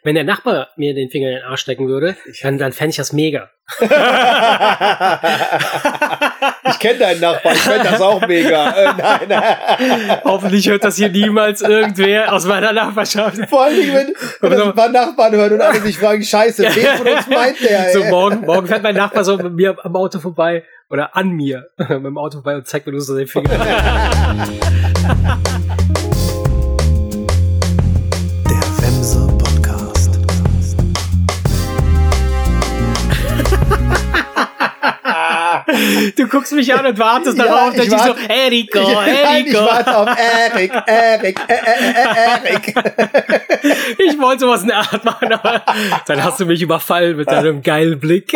Wenn der Nachbar mir den Finger in den Arsch stecken würde, dann fände ich das mega. Ich kenne deinen Nachbarn, ich fände das auch mega. Nein. Hoffentlich hört das hier niemals irgendwer aus meiner Nachbarschaft. Vor allem, wenn das ein paar Nachbarn hören und alle sich fragen, scheiße, wen von uns meint der? Ey? So, morgen fährt mein Nachbar so mit mir am Auto vorbei oder an mir mit dem Auto vorbei und zeigt mir nur so den Finger. Du guckst mich an und wartest darauf, dass ich so, Eriko. Ich warte auf Erik. Ich wollte sowas in der Art machen, aber dann hast du mich überfallen mit deinem geilen Blick.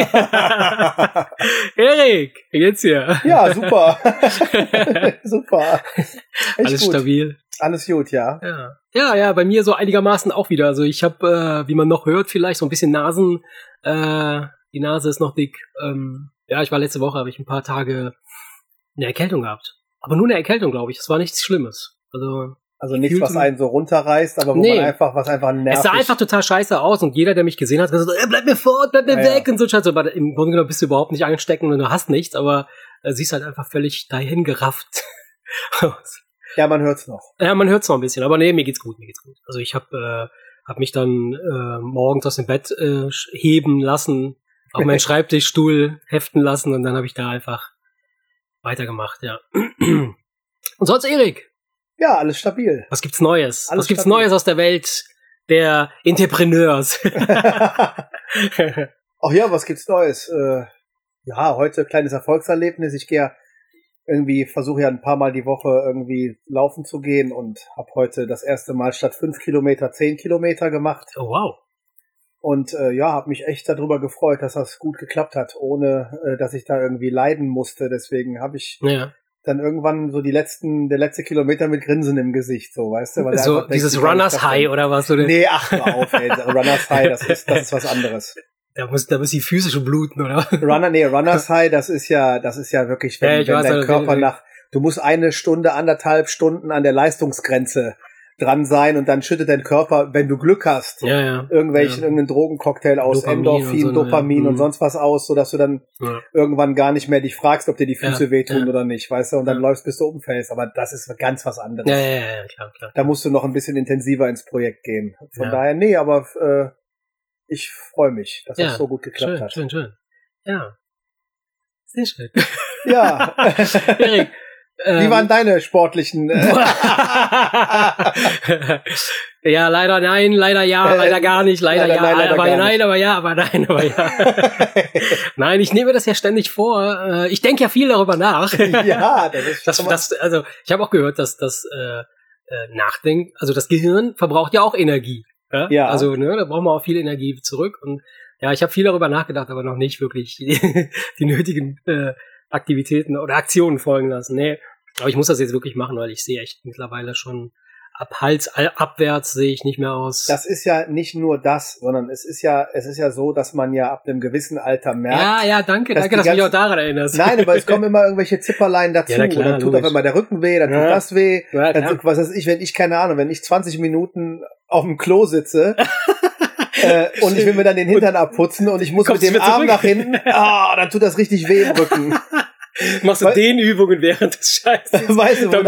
Erik, wie geht's dir? Ja, super. Super. Echt alles gut. Stabil. Alles gut, ja. Ja, bei mir so einigermaßen auch wieder. Also ich habe, wie man noch hört, vielleicht so ein bisschen die Nase ist noch dick. Ja, ich war letzte Woche, habe ich ein paar Tage eine Erkältung gehabt. Aber nur eine Erkältung, glaube ich. Das war nichts Schlimmes. Also nichts, was einen so runterreißt, aber was einfach nervt. Es sah einfach total scheiße aus und jeder, der mich gesehen hat, hat gesagt, bleib mir fort, bleib mir weg und so Scheiße. Aber im Grunde genommen bist du überhaupt nicht ansteckend und du hast nichts, aber siehst halt einfach völlig dahin gerafft. Ja, man hört's noch. Ja, man hört's noch ein bisschen, aber nee, mir geht's gut. Also ich hab mich dann morgens aus dem Bett heben lassen, auf meinen Schreibtischstuhl heften lassen und dann habe ich da einfach weitergemacht, ja. Und sonst, Erik? Ja, alles stabil. Was gibt's Neues? Was gibt's Neues aus der Welt der Entrepreneurs? Ach ja, was gibt's Neues? Ja, heute kleines Erfolgserlebnis. Ich versuche ja ein paar Mal die Woche irgendwie laufen zu gehen und habe heute das erste Mal statt 5 Kilometer 10 Kilometer gemacht. Oh, wow. Und habe mich echt darüber gefreut, dass das gut geklappt hat, ohne dass ich da irgendwie leiden musste. Deswegen habe ich dann irgendwann so der letzte Kilometer mit Grinsen im Gesicht, so, weißt du? Weil so dieses Runners High oder was? Oder? Nee, ach mal auf, ey. Runners High, das ist was anderes. Da muss die Füße schon bluten, oder? Runners High, das ist ja wirklich, wenn dein Körper du musst 1 Stunde, 1,5 Stunden an der Leistungsgrenze dran sein und dann schüttet dein Körper, wenn du Glück hast, irgendeinen Drogencocktail aus, Endorphin, Dopamin und sonst was aus, sodass du dann irgendwann gar nicht mehr dich fragst, ob dir die Füße wehtun oder nicht, weißt du, und dann läufst, bis du umfällst, aber das ist ganz was anderes. Ja, klar. Da musst du noch ein bisschen intensiver ins Projekt gehen. Von daher, aber ich freue mich, dass das so gut geklappt hat. Schön. Ja. Sehr schön. Ja. Erik, wie waren deine sportlichen? Ja, leider nein, leider ja, leider gar nicht, leider ja, aber ja. Nein, ich nehme das ja ständig vor. Ich denke ja viel darüber nach. Ja, das ist also ich habe auch gehört, dass das Nachdenken, also das Gehirn verbraucht ja auch Energie. Ja. Also da brauchen wir auch viel Energie zurück. Und ja, ich habe viel darüber nachgedacht, aber noch nicht wirklich die nötigen Aktivitäten oder Aktionen folgen lassen. Nee, aber ich muss das jetzt wirklich machen, weil ich sehe echt mittlerweile schon ab Hals abwärts sehe ich nicht mehr aus. Das ist ja nicht nur das, sondern es ist ja so, dass man ja ab einem gewissen Alter merkt. Ja, danke, dass du mich auch daran erinnerst. Nein, aber es kommen immer irgendwelche Zipperlein dazu. Ja, klar, dann tut auf einmal der Rücken weh, dann tut das weh. Ja, dann, was weiß ich, wenn ich 20 Minuten auf dem Klo sitze und ich will mir dann den Hintern abputzen und ich muss mit dem Arm nach hinten, dann tut das richtig weh im Rücken. Machst du Dehnübungen während des Scheißes? Weißt du,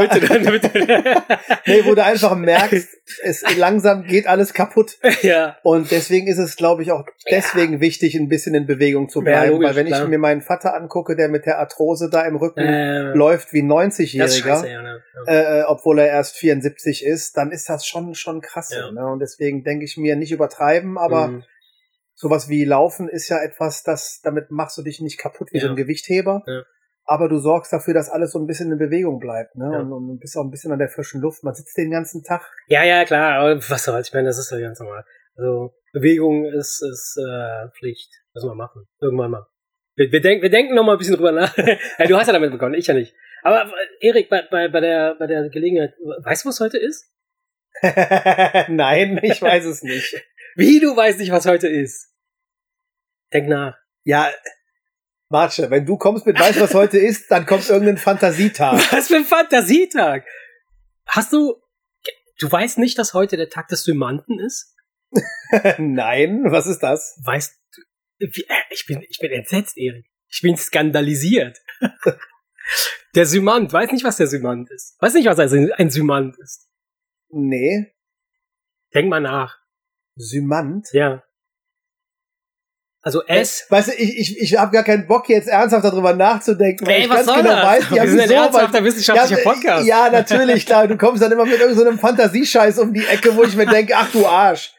wo du einfach merkst, langsam geht alles kaputt. Ja. Und deswegen ist es, glaube ich, auch wichtig, ein bisschen in Bewegung zu bleiben. Logisch, weil wenn ich mir meinen Vater angucke, der mit der Arthrose da im Rücken läuft wie 90-Jähriger, obwohl er erst 74 ist, dann ist das schon krass. Ja. Ne? Und deswegen denke ich mir, nicht übertreiben, aber sowas wie Laufen ist ja etwas, damit machst du dich nicht kaputt wie so ein Gewichtheber. Ja. Aber du sorgst dafür, dass alles so ein bisschen in Bewegung bleibt, ne? Ja. Und bist auch ein bisschen an der frischen Luft. Man sitzt den ganzen Tag. Ja, klar. Aber was soll's? Ich meine, das ist ja ganz normal. Also, Bewegung ist Pflicht. Müssen wir machen. Irgendwann mal. Wir denken noch mal ein bisschen drüber nach. Ja, du hast ja damit begonnen, ich ja nicht. Aber, Erik, bei der Gelegenheit, weißt du, was heute ist? Nein, ich weiß es nicht. Wie, du weißt nicht, was heute ist? Denk nach. Ja, Marce, wenn du kommst mit weißt, was heute ist, dann kommt irgendein Fantasietag. Was für ein Fantasietag? Du weißt nicht, dass heute der Tag des Dymanten ist? Nein, was ist das? Weißt du, ich bin entsetzt, Erik. Ich bin skandalisiert. Der Symant, weiß nicht, was der Symant ist. Weiß nicht, was ein Symant ist. Nee. Denk mal nach. Symant? Ja. Also S. Weißt du, ich habe gar keinen Bock, jetzt ernsthaft darüber nachzudenken. Ey, was soll das? Weiß, wir sind ein ernsthafter wissenschaftlicher Podcast. Ja, natürlich, klar. Du kommst dann immer mit irgendeinem Fantasiescheiß um die Ecke, wo ich mir denke, ach du Arsch.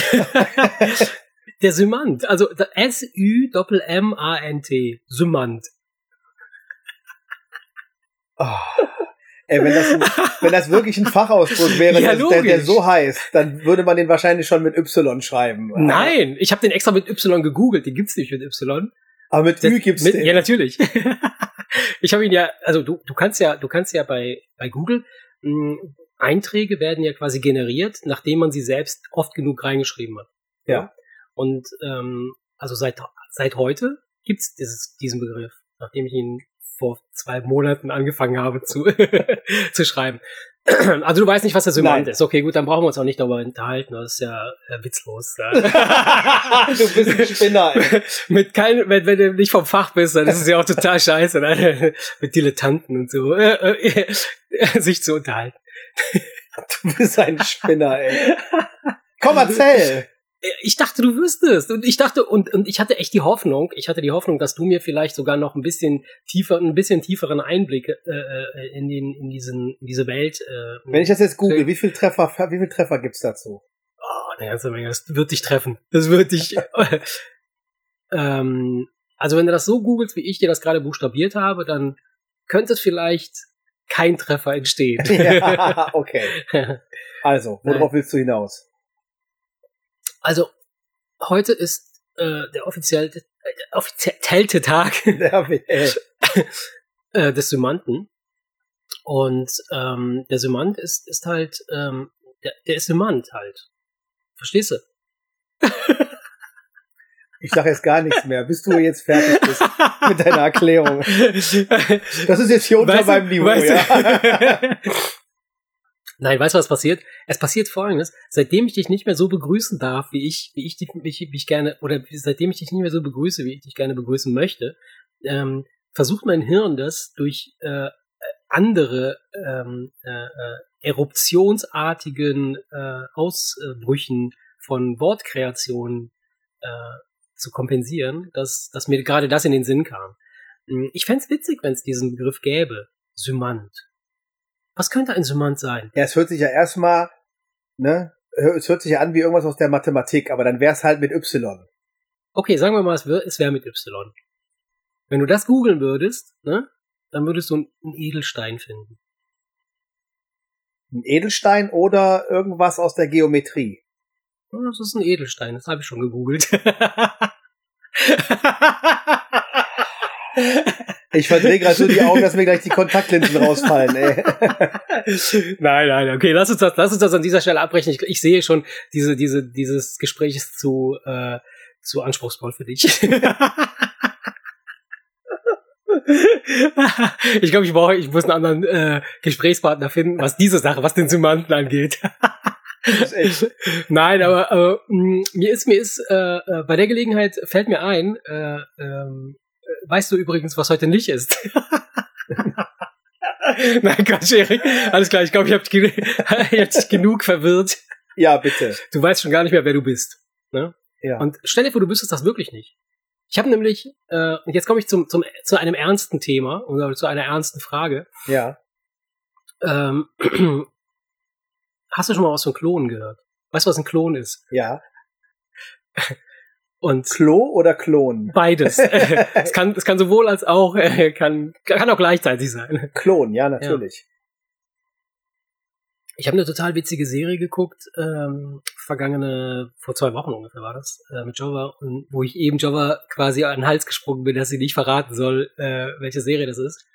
Der Symant, also S-Ü-M-M-A-N-T. Symant. Oh. Ey, wenn das wirklich ein Fachausdruck wäre, ja, der so heißt, dann würde man den wahrscheinlich schon mit Y schreiben. Nein, ich habe den extra mit Y gegoogelt, den gibt's nicht mit Y. Aber mit Ü gibt's den. Ja, natürlich. Ich habe ihn ja, also du kannst ja bei Google, Einträge werden ja quasi generiert, nachdem man sie selbst oft genug reingeschrieben hat. Ja. Und also seit heute gibt's diesen Begriff, nachdem ich ihn vor 2 Monaten angefangen habe zu schreiben. Also du weißt nicht, was der Symant ist. Okay, gut, dann brauchen wir uns auch nicht darüber unterhalten. Das ist ja witzlos. Du bist ein Spinner, ey. Wenn du nicht vom Fach bist, dann ist es ja auch total scheiße, ne? Mit Dilettanten und so sich zu unterhalten. Du bist ein Spinner, ey. Komm, erzähl! Ich dachte, du wüsstest. Und ich dachte, und ich hatte echt die Hoffnung, dass du mir vielleicht sogar noch ein bisschen tieferen Einblick in diese Welt. Wenn ich das jetzt google, wie viel Treffer gibt's dazu? Oh, eine ganze Menge. Das wird dich treffen. Das wird dich. Also wenn du das so googelst, wie ich dir das gerade buchstabiert habe, dann könnte es vielleicht kein Treffer entstehen. Ja, okay. Also, worauf willst du hinaus? Also, heute ist der offizielle Tag des Symanten. Und der Symant ist halt, der ist Symant halt. Verstehst du? Ich sage jetzt gar nichts mehr, bis du jetzt fertig bist mit deiner Erklärung. Das ist jetzt hier unter meinem Niveau, ja. Nein, weißt du, was passiert? Es passiert Folgendes: Seitdem ich dich nicht mehr so begrüßen darf, wie ich dich gerne, oder seitdem ich dich nicht mehr so begrüße, wie ich dich gerne begrüßen möchte, versucht mein Hirn das durch andere eruptionsartigen Ausbrüchen von Wortkreationen zu kompensieren, dass mir gerade das in den Sinn kam. Ich fänd's witzig, wenn es diesen Begriff gäbe. Symant. Was könnte ein Symant sein? Ja, es hört sich ja erstmal, ne, es hört sich ja an wie irgendwas aus der Mathematik, aber dann wär's halt mit Y. Okay, sagen wir mal, es wäre mit Y. Wenn du das googeln würdest, ne, dann würdest du einen Edelstein finden. Ein Edelstein oder irgendwas aus der Geometrie? Ja, das ist ein Edelstein, das habe ich schon gegoogelt. Ich verdrehe gerade so die Augen, dass mir gleich die Kontaktlinsen rausfallen, ey. Nein, okay, lass uns das an dieser Stelle abbrechen. Ich sehe schon, dieses Gespräch ist zu anspruchsvoll für dich. Ich glaube, ich muss einen anderen Gesprächspartner finden, was den Symanten angeht. Das ist echt. Nein, aber mir ist bei der Gelegenheit fällt mir ein, weißt du übrigens, was heute nicht ist? Nein, Quatsch, Erik. Alles klar, ich glaube, ich hab dich genug verwirrt. Ja, bitte. Du weißt schon gar nicht mehr, wer du bist. Ne? Ja. Und stell dir vor, du wüsstest das wirklich nicht. Ich habe nämlich, und jetzt komme ich zu einem ernsten Thema oder zu einer ernsten Frage. Ja. Hast du schon mal was von Klonen gehört? Weißt du, was ein Klon ist? Ja. Und Klo oder Klon? Beides. Es kann sowohl als auch, kann auch gleichzeitig sein. Klon, ja, natürlich. Ja. Ich habe eine total witzige Serie geguckt, vor 2 Wochen ungefähr war das, mit Jova, und wo ich eben Jova quasi an den Hals gesprungen bin, dass sie nicht verraten soll, welche Serie das ist.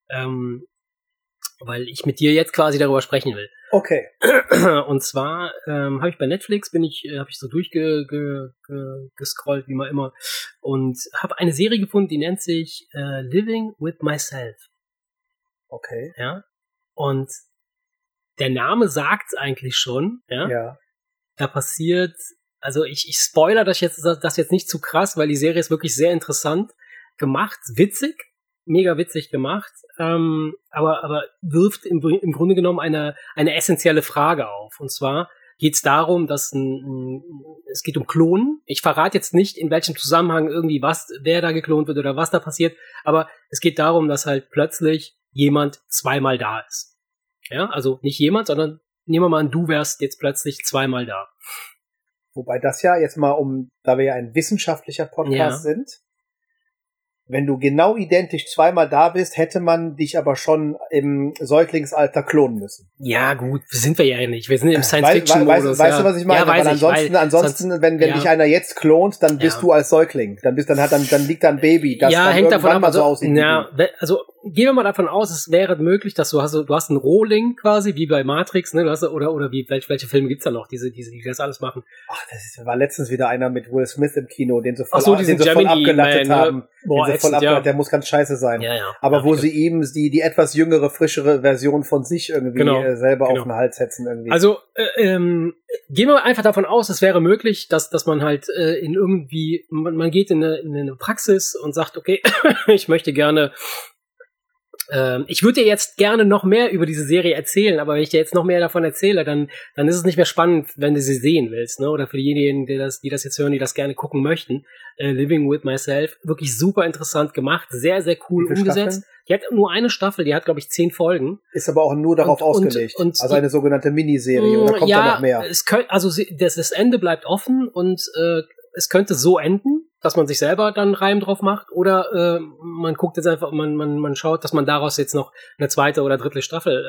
Weil ich mit dir jetzt quasi darüber sprechen will. Okay. Und zwar habe ich bei Netflix, habe ich so durchgescrollt, wie man immer, und habe eine Serie gefunden, die nennt sich Living with Myself. Okay. Ja. Und der Name sagt's eigentlich schon. Ja. Ja. Da passiert Also ich spoiler das jetzt nicht zu krass, weil die Serie ist wirklich sehr interessant gemacht, witzig, mega witzig gemacht, aber wirft im Grunde genommen eine essentielle Frage auf. Und zwar geht es darum, dass es geht um Klonen. Ich verrate jetzt nicht, in welchem Zusammenhang irgendwie wer da geklont wird oder was da passiert, aber es geht darum, dass halt plötzlich jemand zweimal da ist. Ja, also nicht jemand, sondern nehmen wir mal an, du wärst jetzt plötzlich zweimal da. Wobei das ja jetzt mal da wir ja ein wissenschaftlicher Podcast sind, wenn du genau identisch zweimal da bist, hätte man dich aber schon im Säuglingsalter klonen müssen. Ja, gut, sind wir ja nicht. Wir sind im Science-Fiction-Modus. Weißt du, was ich meine? Ja, weil ansonsten, wenn dich einer jetzt klont, dann bist du als Säugling. Dann liegt da ein Baby, das dann hängt davon ab, mal so aussieht. Ja, also gehen wir mal davon aus, es wäre möglich, dass du hast einen Rohling quasi, wie bei Matrix, ne? Oder welche Filme gibt's da noch, die das alles machen? Ach, war letztens wieder einer mit Will Smith im Kino, den sie voll abgelattet haben. Boah, der muss ganz scheiße sein. Ja. Aber wo sie ihm die etwas jüngere, frischere Version von sich irgendwie selber auf den Hals setzen irgendwie. Also gehen wir einfach davon aus, es wäre möglich, dass man halt man geht in eine Praxis und sagt, okay, ich möchte gerne ich würde dir jetzt gerne noch mehr über diese Serie erzählen, aber wenn ich dir jetzt noch mehr davon erzähle, dann ist es nicht mehr spannend, wenn du sie sehen willst, ne? Oder für diejenigen, die das jetzt hören, die das gerne gucken möchten. Living with Myself, wirklich super interessant gemacht, sehr, sehr cool umgesetzt. Die hat nur eine Staffel, die hat, glaube ich, 10 Folgen. Ist aber auch nur darauf ausgelegt. Also eine sogenannte Miniserie, oder kommt da noch mehr? Das Ende bleibt offen und es könnte so enden, dass man sich selber dann Reim drauf macht, oder man guckt jetzt einfach, man schaut, dass man daraus jetzt noch eine zweite oder dritte Staffel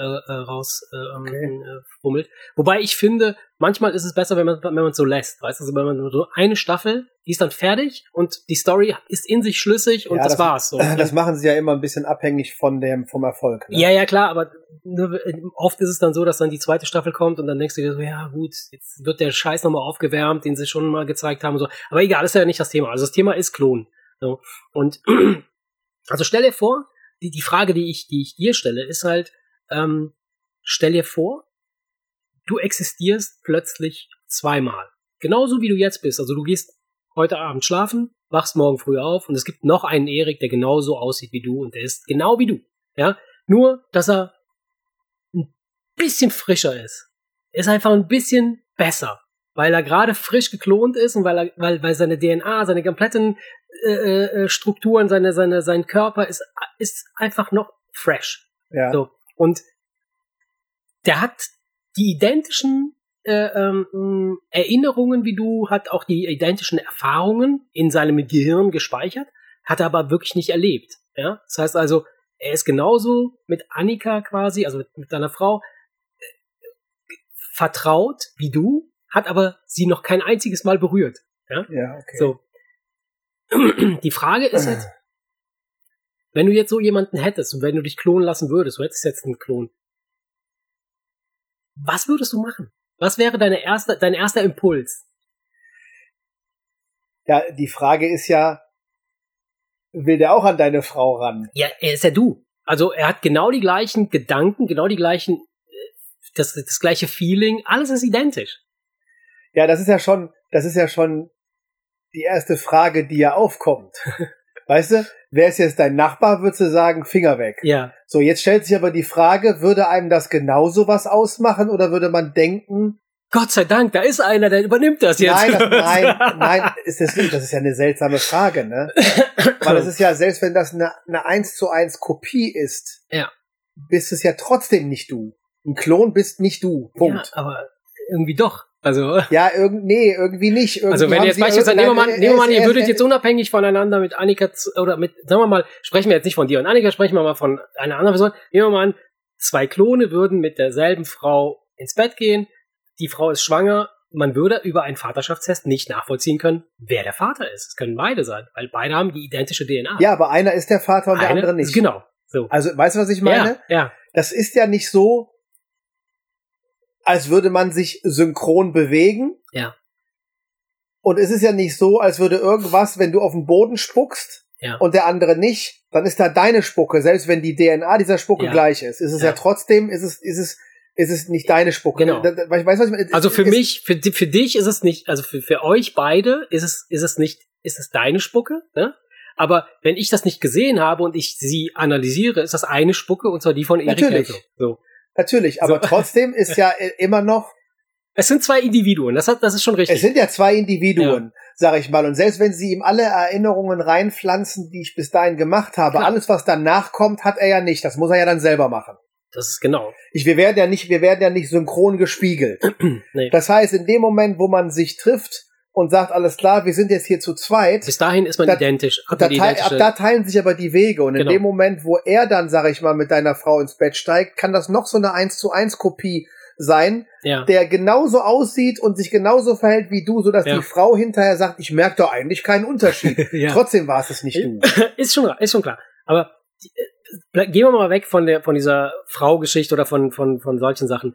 fummelt. Wobei ich finde, manchmal ist es besser, wenn man es so lässt, weißt du, also wenn man so eine Staffel, die ist dann fertig und die Story ist in sich schlüssig und das war's. So. Das machen sie ja immer ein bisschen abhängig vom Erfolg. Ne? Ja, klar, aber oft ist es dann so, dass dann die zweite Staffel kommt und dann denkst du dir so, ja gut, jetzt wird der Scheiß nochmal aufgewärmt, den sie schon mal gezeigt haben und so. Aber egal, das ist ja nicht das Thema. Also das Thema ist Klon. So. Und also stell dir vor, die Frage, die ich dir stelle, ist halt, stell dir vor, du existierst plötzlich zweimal. Genauso wie du jetzt bist. Also du gehst heute Abend schlafen, wachst morgen früh auf und es gibt noch einen Erik, der genauso aussieht wie du und der ist genau wie du. Ja? Nur, dass er ein bisschen frischer ist. Er ist einfach ein bisschen besser, weil er gerade frisch geklont ist und weil seine DNA, seine kompletten Strukturen, sein Körper ist einfach noch fresh. Ja. So. Und der hat die identischen Erinnerungen wie du, hat auch die identischen Erfahrungen in seinem Gehirn gespeichert, hat er aber wirklich nicht erlebt. Ja? Das heißt also, er ist genauso mit Annika quasi, also mit deiner Frau, vertraut wie du, hat aber sie noch kein einziges Mal berührt. Ja, okay. So. Die Frage ist jetzt, wenn du jetzt so jemanden hättest und wenn du dich klonen lassen würdest, du hättest jetzt einen Klon, was würdest du machen? Was wäre dein erster Impuls? Ja, die Frage ist ja, will der auch an deine Frau ran? Ja, er ist ja du. Also er hat genau die gleichen Gedanken, genau die gleichen, das gleiche Feeling, alles ist identisch. Ja, das ist ja schon die erste Frage, die ja aufkommt. Weißt du, wer ist jetzt dein Nachbar, würdest du sagen, Finger weg. Ja. So, jetzt stellt sich aber die Frage, würde einem das genauso was ausmachen oder würde man denken, Gott sei Dank, da ist einer, der übernimmt das jetzt. Nein, ist das nicht. Das ist ja eine seltsame Frage, ne? Weil es ist ja, selbst wenn das eine 1:1 Kopie ist, bist es ja trotzdem nicht du. Ein Klon bist nicht du. Punkt. Ja, aber irgendwie doch. Also. Ja, irgendwie nicht. Irgendwie also wenn jetzt beispielsweise, nehmen wir mal, ihr würdet jetzt unabhängig voneinander mit Annika, oder mit, sagen wir mal, sprechen wir jetzt nicht von dir und Annika, sprechen wir mal von einer anderen Person. Nehmen wir mal an, 2 Klone würden mit derselben Frau ins Bett gehen. Die Frau ist schwanger. Man würde über einen Vaterschaftstest nicht nachvollziehen können, wer der Vater ist. Es können beide sein, weil beide haben die identische DNA. Ja, aber einer ist der Vater und der andere nicht. Genau. So. Also, weißt du, was ich meine? Ja. Das ist ja nicht so, als würde man sich synchron bewegen. Ja. Und es ist ja nicht so, als würde irgendwas, wenn du auf den Boden spuckst und der andere nicht, dann ist da deine Spucke, selbst wenn die DNA dieser Spucke gleich ist. Ist es ja trotzdem, ist es ist es nicht deine Spucke. Genau. Weißt du, was ich, also für dich ist es nicht, also für euch beide ist es deine Spucke, ne? Aber wenn ich das nicht gesehen habe und ich sie analysiere, ist das eine Spucke, und zwar die von Erik Natürlich. So. Natürlich, aber trotzdem ist ja immer noch... Es sind zwei Individuen, das ist schon richtig. Es sind ja zwei Individuen, sag ich mal. Und selbst wenn sie ihm alle Erinnerungen reinpflanzen, die ich bis dahin gemacht habe, alles, was danach kommt, hat er ja nicht. Das muss er ja dann selber machen. Das ist genau. Wir werden ja nicht synchron gespiegelt. Nee. Das heißt, in dem Moment, wo man sich trifft und sagt, alles klar, wir sind jetzt hier zu zweit. Bis dahin ist man identisch. Ab da teilen sich aber die Wege. Und in dem Moment, wo er dann, sag ich mal, mit deiner Frau ins Bett steigt, kann das noch so eine 1:1 Kopie sein, der genauso aussieht und sich genauso verhält wie du, sodass die Frau hinterher sagt, ich merke doch eigentlich keinen Unterschied. Trotzdem war es nicht du. Ist schon klar. Aber gehen wir mal weg von dieser Frau-Geschichte oder von solchen Sachen.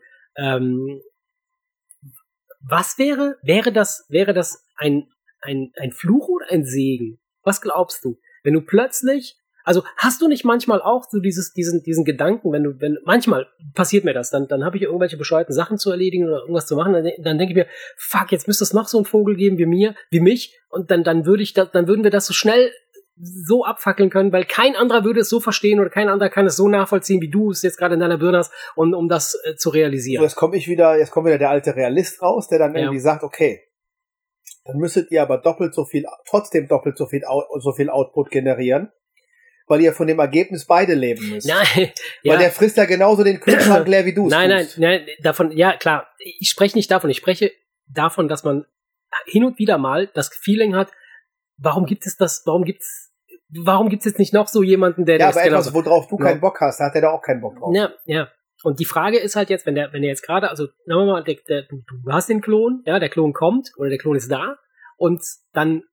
Was wäre das ein Fluch oder ein Segen? Was glaubst du? Wenn du plötzlich, also hast du nicht manchmal auch so diesen Gedanken, wenn manchmal passiert mir das, dann habe ich irgendwelche bescheuerten Sachen zu erledigen oder irgendwas zu machen, dann denke ich mir, fuck, jetzt müsste es noch so einen Vogel geben wie mich, und dann würden wir das so schnell so abfackeln können, weil kein anderer würde es so verstehen oder kein anderer kann es so nachvollziehen, wie du es jetzt gerade in deiner Birne hast, um das zu realisieren. So, jetzt kommt wieder der alte Realist raus, der dann irgendwie sagt, okay, dann müsstet ihr aber trotzdem doppelt so viel Output generieren, weil ihr von dem Ergebnis beide leben müsst. Nein, weil der frisst ja genauso den Kühlschrank leer wie du es tust. Nein, davon, ja klar, ich spreche nicht davon, ich spreche davon, dass man hin und wieder mal das Feeling hat, warum gibt es jetzt nicht noch so jemanden, der das... Ja, aber etwas, worauf du keinen Bock hast, da hat er da auch keinen Bock drauf. Ja. Und die Frage ist halt jetzt, wenn der jetzt gerade, also, sagen wir mal, du hast den Klon, der Klon kommt, oder der Klon ist da, und dann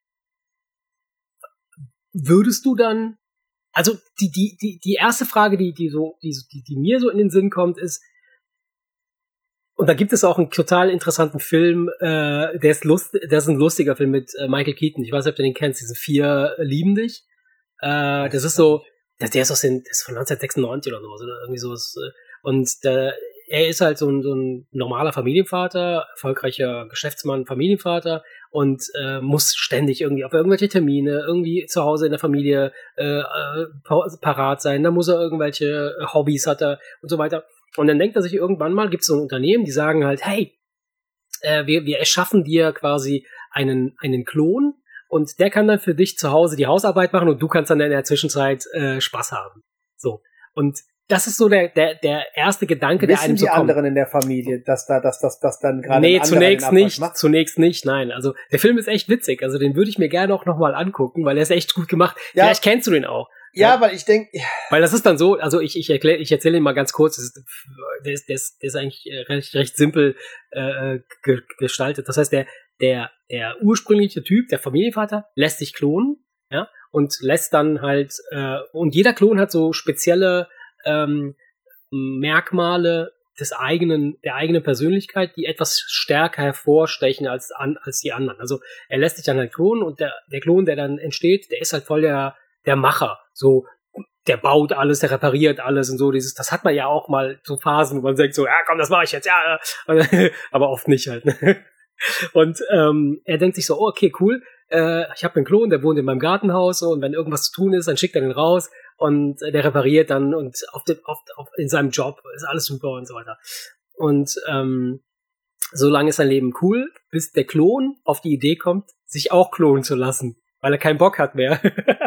würdest du dann, also, die erste Frage, die mir so in den Sinn kommt, ist, und da gibt es auch einen total interessanten Film, der ist ein lustiger Film mit Michael Keaton. Ich weiß nicht, ob du den kennst, diesen 4 lieben dich. Das ist so, der ist von 1996 oder so, oder irgendwie sowas. Und er ist halt so ein normaler Familienvater, erfolgreicher Geschäftsmann, Familienvater, und muss ständig irgendwie auf irgendwelche Termine, irgendwie zu Hause in der Familie parat sein. Da muss er irgendwelche Hobbys hat er und so weiter. Und dann denkt er sich irgendwann mal, gibt es so ein Unternehmen, die sagen halt, hey, wir erschaffen dir quasi einen Klon, und der kann dann für dich zu Hause die Hausarbeit machen, und du kannst dann in der Zwischenzeit Spaß haben. So. Und das ist so der erste Gedanke, der einem so kommt. Wissen die anderen in der Familie, dass dann gerade Nee, zunächst nicht, nein. Also der Film ist echt witzig, also den würde ich mir gerne auch nochmal angucken, weil er ist echt gut gemacht. Ja. Vielleicht kennst du den auch. Ja, weil ich denke... Weil das ist dann so, also ich erzähle ihn mal ganz kurz, der ist eigentlich recht simpel gestaltet. Das heißt, der ursprüngliche Typ, der Familienvater, lässt sich klonen, ja, und lässt dann halt, und jeder Klon hat so spezielle Merkmale der eigenen Persönlichkeit, die etwas stärker hervorstechen als die anderen. Also er lässt sich dann halt klonen, und der Klon, der dann entsteht, der ist halt voll der Macher. So, der baut alles, der repariert alles und so. Das hat man ja auch mal so Phasen, wo man denkt so, ja komm, das mache ich jetzt, ja. Aber oft nicht halt. Und er denkt sich so, oh, okay, cool, ich habe einen Klon, der wohnt in meinem Gartenhaus, so, und wenn irgendwas zu tun ist, dann schickt er den raus, und der repariert dann, und in seinem Job ist alles super und so weiter. Und so lange ist sein Leben cool, bis der Klon auf die Idee kommt, sich auch klonen zu lassen, weil er keinen Bock hat mehr.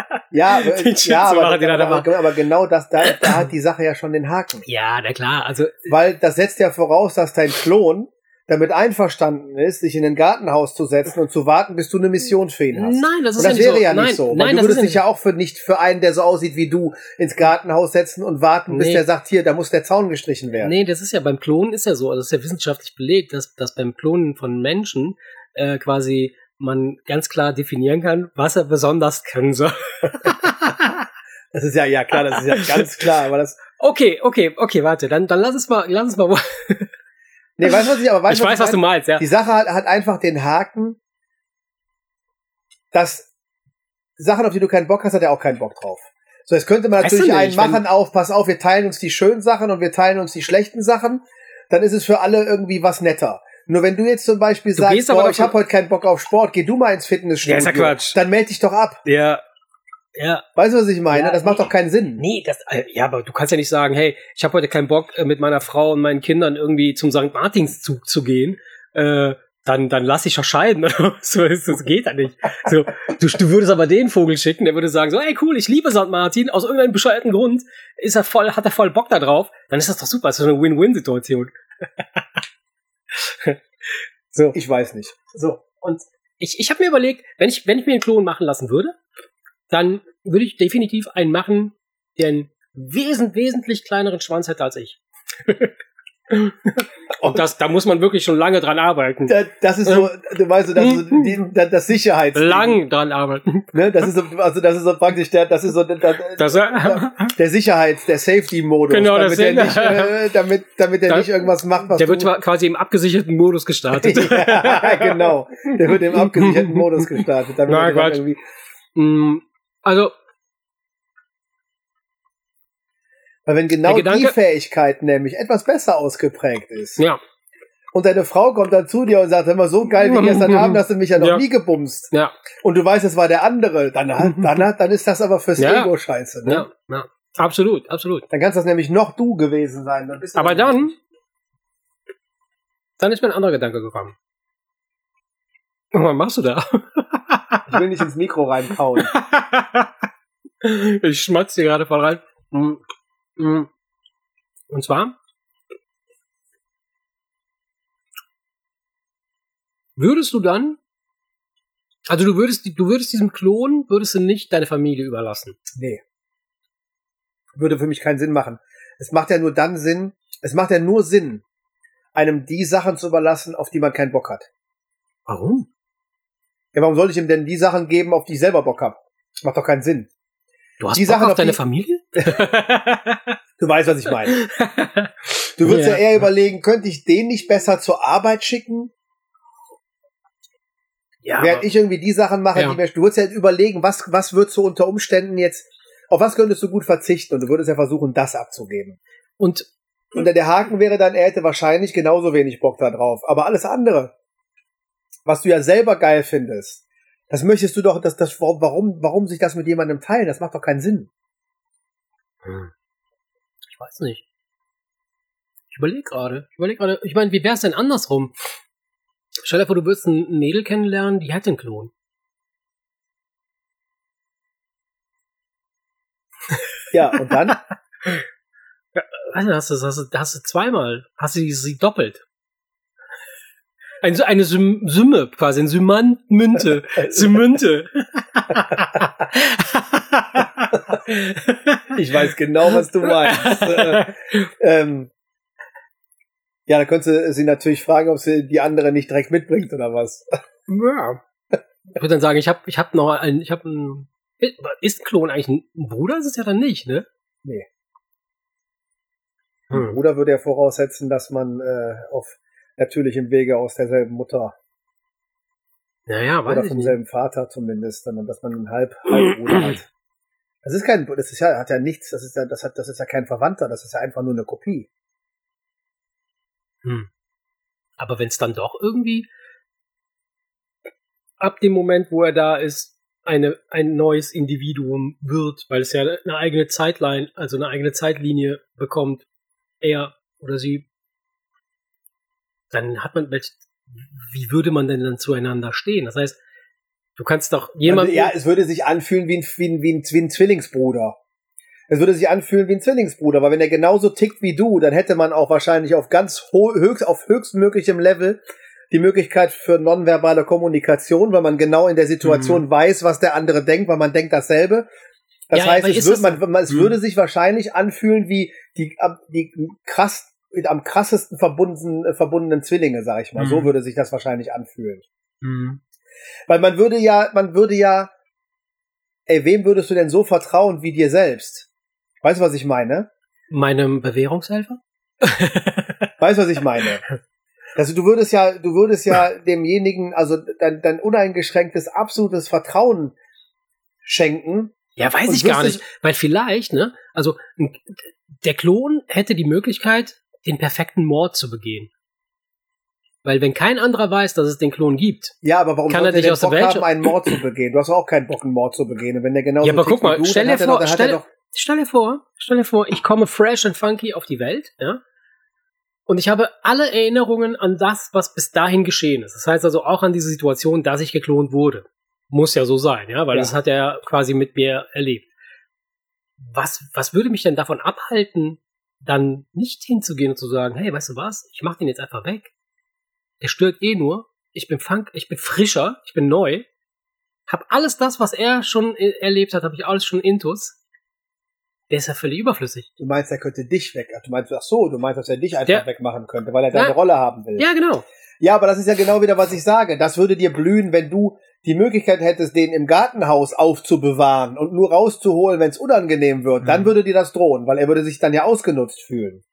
Aber genau da hat die Sache ja schon den Haken. Ja, na klar, also. Weil das setzt ja voraus, dass dein Klon damit einverstanden ist, sich in ein Gartenhaus zu setzen und zu warten, bis du eine Mission für ihn hast. Nein, das ist und das ja nicht so. Das wäre ja nicht so. Weil du würdest dich ja auch nicht für einen, der so aussieht wie du, ins Gartenhaus setzen und warten, bis der sagt, hier, da muss der Zaun gestrichen werden. Nee, das ist ja, beim Klonen ist ja so, also das ist ja wissenschaftlich belegt, dass beim Klonen von Menschen quasi man ganz klar definieren kann, was er besonders können soll. Das ist ja klar, das ist ja ganz klar, aber das... Okay, warte, dann lass uns mal. Nee, weißt du, ich weiß, was du meinst, ja. Die Sache hat einfach den Haken, dass Sachen, auf die du keinen Bock hast, hat er auch keinen Bock drauf. So, jetzt könnte man natürlich einen machen, pass auf, wir teilen uns die schönen Sachen und wir teilen uns die schlechten Sachen, dann ist es für alle irgendwie was netter. Nur wenn du jetzt zum Beispiel sagst, ich habe heute keinen Bock auf Sport, geh du mal ins Fitnessstudio, ist ja Quatsch. Dann meld dich doch ab. Ja. Weißt du, was ich meine? Das macht doch keinen Sinn. Nee, aber du kannst ja nicht sagen, hey, ich habe heute keinen Bock, mit meiner Frau und meinen Kindern irgendwie zum St. Martinszug zu gehen, dann lass ich doch scheiden. So, das geht ja nicht. So, du würdest aber den Vogel schicken, der würde sagen, so, hey cool, ich liebe St. Martin, aus irgendeinem bescheuerten Grund hat er voll Bock da drauf, dann ist das doch super, das ist so eine Win-Win-Situation. So. Ich weiß nicht. So, und ich habe mir überlegt, wenn ich mir einen Klon machen lassen würde, dann würde ich definitiv einen machen, der einen wesentlich kleineren Schwanz hätte als ich. Und da muss man wirklich schon lange dran arbeiten. Das ist so, du weißt, das Sicherheits. Lang dran arbeiten. Ne, das ist so praktisch der Sicherheits, der Safety-Modus. Genau, damit er nicht irgendwas macht, was der wird quasi im abgesicherten Modus gestartet. Ja, genau. Der wird im abgesicherten Modus gestartet. Na, Quatsch. Also, weil wenn genau die Fähigkeit nämlich etwas besser ausgeprägt ist. Ja. Und deine Frau kommt dann zu dir und sagt, immer so geil wie gestern Abend, hast du mich ja noch nie gebumst. Ja. Und du weißt, es war der andere. Dann ist das aber fürs Ego scheiße. Ne? Ja. Absolut. Dann kannst das nämlich noch du gewesen sein. Aber dann ist mir ein anderer Gedanke gekommen. Was machst du da? Ich will nicht ins Mikro reinkauen. Ich schmatze dir gerade voll rein. Und zwar würdest du dann, also du würdest diesem Klon, nicht deine Familie überlassen? Nee. Würde für mich keinen Sinn machen. Es macht ja nur Sinn, einem die Sachen zu überlassen, auf die man keinen Bock hat. Warum? Ja, warum soll ich ihm denn die Sachen geben, auf die ich selber Bock habe? Das macht doch keinen Sinn. Du hast Bock auf deine Familie? Du weißt, was ich meine. Du würdest ja eher überlegen, könnte ich den nicht besser zur Arbeit schicken? Ja. Während ich irgendwie die Sachen mache, die mir, du würdest ja überlegen, was würdest du unter Umständen jetzt, auf was könntest du gut verzichten? Und du würdest ja versuchen, das abzugeben. Und der Haken wäre dann, er hätte wahrscheinlich genauso wenig Bock da drauf. Aber alles andere, was du ja selber geil findest, das möchtest du doch, warum sich das mit jemandem teilen? Das macht doch keinen Sinn. Ich weiß nicht. Ich überlege gerade. Ich meine, wie wär's denn andersrum? Stell dir vor, du würdest ein Mädel kennenlernen, die hätte einen Klon. Ja, und dann? Hast du zweimal. Hast du sie doppelt. Eine Sümme, quasi, eine Symantmünte. Symünte. Ich weiß genau, was du meinst. Ja, da könntest du sie natürlich fragen, ob sie die andere nicht direkt mitbringt oder was. Ja. Ich würde dann sagen, ist ein Klon eigentlich ein Bruder? Das ist ja dann nicht, ne? Nee. Ein Bruder würde ja voraussetzen, dass man auf natürlichem Wege aus derselben Mutter oder vom selben Vater zumindest, und dass man einen Halbbruder hat. Das ist ja kein Verwandter, das ist ja einfach nur eine Kopie. Aber wenn es dann doch irgendwie ab dem Moment, wo er da ist, ein neues Individuum wird, weil es ja eine eigene Zeitline, also eine eigene Zeitlinie bekommt, er oder sie, dann hat man, wie würde man denn dann zueinander stehen? Das heißt, du kannst doch jemanden... Ja, es würde sich anfühlen wie ein Zwillingsbruder. Es würde sich anfühlen wie ein Zwillingsbruder, weil wenn er genauso tickt wie du, dann hätte man auch wahrscheinlich auf höchstmöglichem Level die Möglichkeit für nonverbale Kommunikation, weil man genau in der Situation weiß, was der andere denkt, weil man denkt dasselbe. Das heißt, es würde sich wahrscheinlich anfühlen wie die am krassesten verbundenen Zwillinge, sag ich mal. So würde sich das wahrscheinlich anfühlen. Weil man würde ja, wem würdest du denn so vertrauen wie dir selbst? Weißt du, was ich meine? Meinem Bewährungshelfer? Weißt du, was ich meine? Also du würdest ja demjenigen, also dein uneingeschränktes, absolutes Vertrauen schenken, Ja, weiß ich gar nicht. Weil vielleicht, ne, also der Klon hätte die Möglichkeit, den perfekten Mord zu begehen. Weil wenn kein anderer weiß, dass es den Klon gibt, ja, aber warum kann er nicht aus der Welt haben, einen Mord zu begehen? Du hast auch keinen Bock, einen Mord zu begehen. Und wenn der genauso ja, aber guck mal, du, stell dir vor, ich komme fresh and funky auf die Welt, ja, und ich habe alle Erinnerungen an das, was bis dahin geschehen ist. Das heißt also auch an diese Situation, dass ich geklont wurde. Muss ja so sein, ja, weil das hat er quasi mit mir erlebt. Was würde mich denn davon abhalten, dann nicht hinzugehen und zu sagen, hey, weißt du was, ich mach den jetzt einfach weg. Der stört eh nur. Ich bin frischer, ich bin neu. Hab alles das, was er schon erlebt hat, habe ich alles schon intus. Der ist ja völlig überflüssig. Du meinst, er könnte dich weg. Du meinst, dass er dich einfach wegmachen könnte, weil er deine Rolle haben will. Ja, genau. Ja, aber das ist ja genau wieder, was ich sage. Das würde dir blühen, wenn du die Möglichkeit hättest, den im Gartenhaus aufzubewahren und nur rauszuholen, wenn es unangenehm wird. Dann würde dir das drohen, weil er würde sich dann ja ausgenutzt fühlen.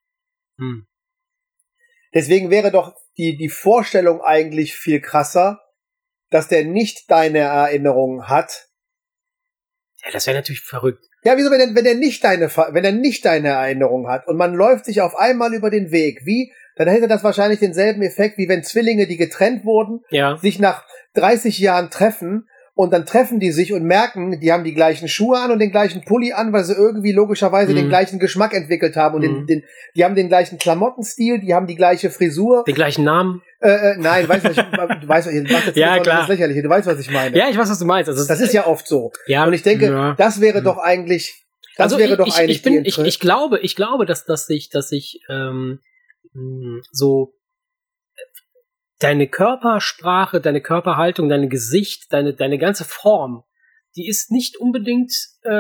Deswegen wäre doch die Vorstellung eigentlich viel krasser, dass der nicht deine Erinnerungen hat. Ja, das wäre natürlich verrückt. Ja, wieso, wenn er nicht deine Erinnerung hat und man läuft sich auf einmal über den Weg, dann hätte das wahrscheinlich denselben Effekt, wie wenn Zwillinge, die getrennt wurden, sich nach 30 Jahren treffen und dann treffen die sich und merken, die haben die gleichen Schuhe an und den gleichen Pulli an, weil sie irgendwie logischerweise den gleichen Geschmack entwickelt haben und die haben den gleichen Klamottenstil, die haben die gleiche Frisur. Den gleichen Namen? Nein, du weißt, ja, klar. Das Lächerliche, du weißt, was ich meine. Ja, ich weiß, was du meinst. Also, das ist ja oft so. Ja. Und ich denke, das wäre doch eigentlich, ich glaube, dass sich so deine Körpersprache, deine Körperhaltung, dein Gesicht, deine ganze Form, die ist nicht unbedingt,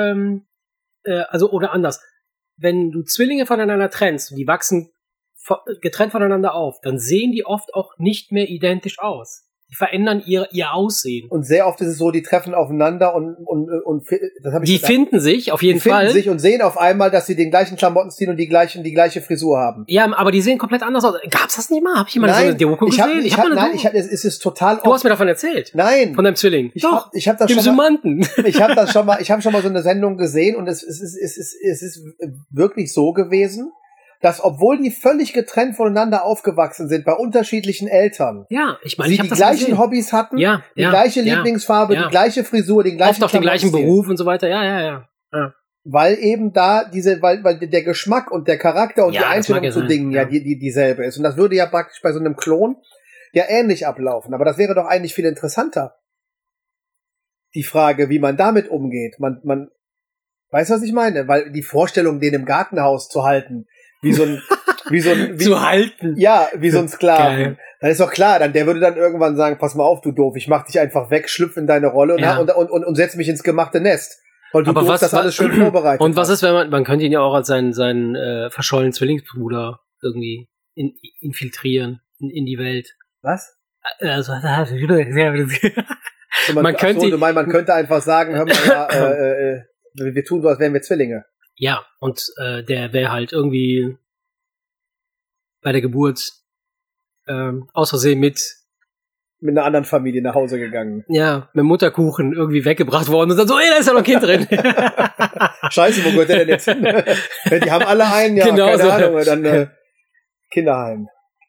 oder anders. Wenn du Zwillinge voneinander trennst und die wachsen getrennt voneinander auf, dann sehen die oft auch nicht mehr identisch aus. Die verändern ihr Aussehen. Und sehr oft ist es so, die treffen aufeinander und das habe ich gesagt. Finden sich auf jeden Fall. Die finden sich und sehen auf einmal, dass sie den gleichen Klamottenstil und die gleiche Frisur haben. Ja, aber die sehen komplett anders aus. Gab's das nicht mal? Hab ich mal so eine Doku gesehen? Es ist total oft. Du hast mir davon erzählt. Nein. Von deinem Zwilling. Ich habe das schon mal. Ich habe schon mal so eine Sendung gesehen und es ist wirklich so gewesen, dass obwohl die völlig getrennt voneinander aufgewachsen sind, bei unterschiedlichen Eltern, sie die gleichen Hobbys hatten, die gleiche Lieblingsfarbe, die gleiche Frisur, den gleichen oft auch den gleichen Beruf und so weiter, ja. Weil eben da weil der Geschmack und der Charakter und die Einstellung zu Dingen dieselbe ist. Und das würde ja praktisch bei so einem Klon ja ähnlich ablaufen. Aber das wäre doch eigentlich viel interessanter. Die Frage, wie man damit umgeht. Man weiß, was ich meine? Weil die Vorstellung, den im Gartenhaus zu halten, wie so ein zu halten. Ja, wie so ein Sklaven. Geil. Dann ist doch klar, der würde dann irgendwann sagen, pass mal auf, du doof, ich mach dich einfach weg, schlüpf in deine Rolle und setz mich ins gemachte Nest. Weil du das alles schön vorbereitet und was ist, wenn man könnte ihn ja auch als seinen verschollenen Zwillingsbruder irgendwie infiltrieren in die Welt. Was? Also, man könnte einfach sagen, hör mal, wir tun so, als wären wir Zwillinge. Ja, und der wäre halt irgendwie bei der Geburt aus Versehen mit einer anderen Familie nach Hause gegangen. Ja, mit Mutterkuchen irgendwie weggebracht worden und dann so, da ist ja noch ein Kind drin. Scheiße, wo gehört der denn jetzt hin? Die haben alle einen, genau keine so. Ahnung, dann Kinderheim.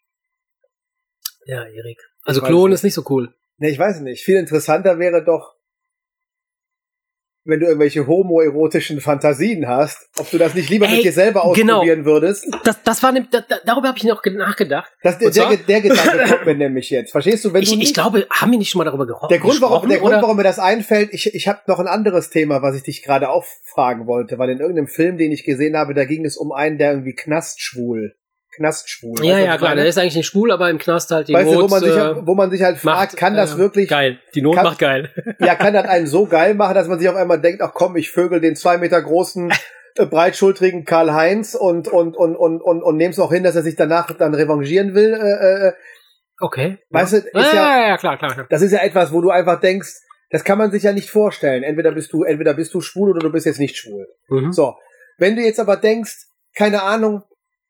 Ja, Erik. Also Klon ist nicht so cool. Nee, ich weiß nicht. Viel interessanter wäre doch, wenn du irgendwelche homoerotischen Fantasien hast, ob du das nicht lieber mit dir selber ausprobieren würdest. Darüber habe ich noch nachgedacht. Der Gedanke kommt mir nämlich jetzt. Verstehst du? Ich glaube, haben wir nicht schon mal darüber gesprochen? Der Grund, warum mir das einfällt, ich habe noch ein anderes Thema, was ich dich gerade auch fragen wollte, weil in irgendeinem Film, den ich gesehen habe, da ging es um einen, der irgendwie knastschwul. Ja, klar, der ist eigentlich nicht schwul, aber im Knast halt die Not. Wo man sich halt fragt, kann das wirklich... Geil, die Not macht geil. Ja, kann das einen so geil machen, dass man sich auf einmal denkt, ach komm, ich vögel den 2 Meter großen, breitschultrigen Karl-Heinz und nehm's auch hin, dass er sich danach dann revanchieren will. Okay. Weißt du, ja, klar. Das ist ja etwas, wo du einfach denkst, das kann man sich ja nicht vorstellen. Entweder bist du schwul oder du bist jetzt nicht schwul. Mhm. So. Wenn du jetzt aber denkst, keine Ahnung,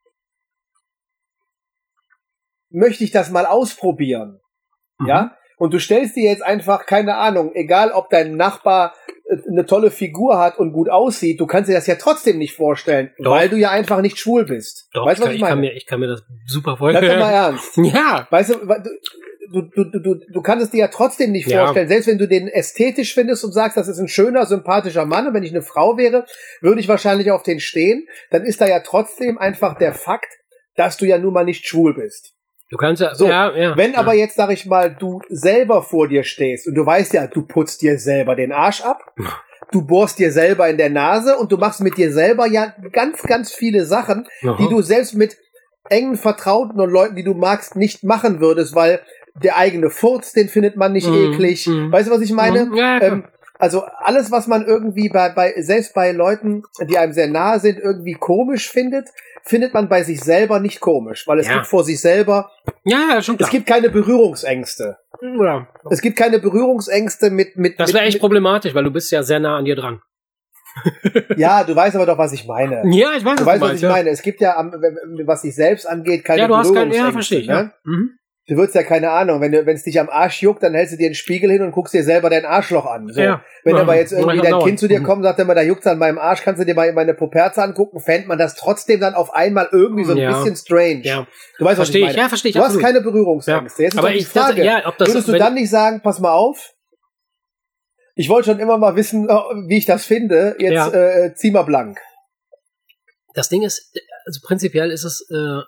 möchte ich das mal ausprobieren. Ja? Und du stellst dir jetzt einfach, keine Ahnung, egal ob dein Nachbar eine tolle Figur hat und gut aussieht, du kannst dir das ja trotzdem nicht vorstellen, weil du ja einfach nicht schwul bist. Doch, weißt du, was ich meine? Ich kann mir das super vorstellen. Sag doch mal ernst. Ja. Weißt du kannst es dir ja trotzdem nicht vorstellen, selbst wenn du den ästhetisch findest und sagst, das ist ein schöner, sympathischer Mann, und wenn ich eine Frau wäre, würde ich wahrscheinlich auf den stehen, dann ist da ja trotzdem einfach der Fakt, dass du ja nun mal nicht schwul bist. Du kannst ja, so, wenn aber jetzt, sag ich mal, du selber vor dir stehst und du weißt ja, du putzt dir selber den Arsch ab, du bohrst dir selber in der Nase und du machst mit dir selber ja ganz, ganz viele Sachen, die du selbst mit engen Vertrauten und Leuten, die du magst, nicht machen würdest, weil der eigene Furz, den findet man nicht eklig. Weißt du, was ich meine? Ja, also alles, was man irgendwie selbst bei Leuten, die einem sehr nahe sind, irgendwie komisch findet man bei sich selber nicht komisch, weil es gibt vor sich selber, schon klar. Es gibt keine Berührungsängste. Ja. Es gibt keine Berührungsängste mit das wäre echt problematisch, weil du bist ja sehr nah an dir dran. Ja, du weißt aber doch, was ich meine. Ja, ich weiß, was ich meine. Es gibt ja, was dich selbst angeht, keine Berührungsängste. Verstehe ich, ne? Du würdest ja, keine Ahnung, wenn es dich am Arsch juckt, dann hältst du dir den Spiegel hin und guckst dir selber dein Arschloch an. So. Wenn aber jetzt irgendwie dein Kind zu dir kommt und sagt immer, da juckt's an meinem Arsch, kannst du dir mal meine Puperze angucken, fände man das trotzdem dann auf einmal irgendwie so ein bisschen strange. Ja. Du weißt, was ich meine. Ja, verstehe ich. Du hast keine Berührungsängste. Jetzt ist aber doch die Frage, würdest du dann nicht sagen, pass mal auf, ich wollte schon immer mal wissen, wie ich das finde, jetzt zieh mal blank. Das Ding ist, also prinzipiell ist es,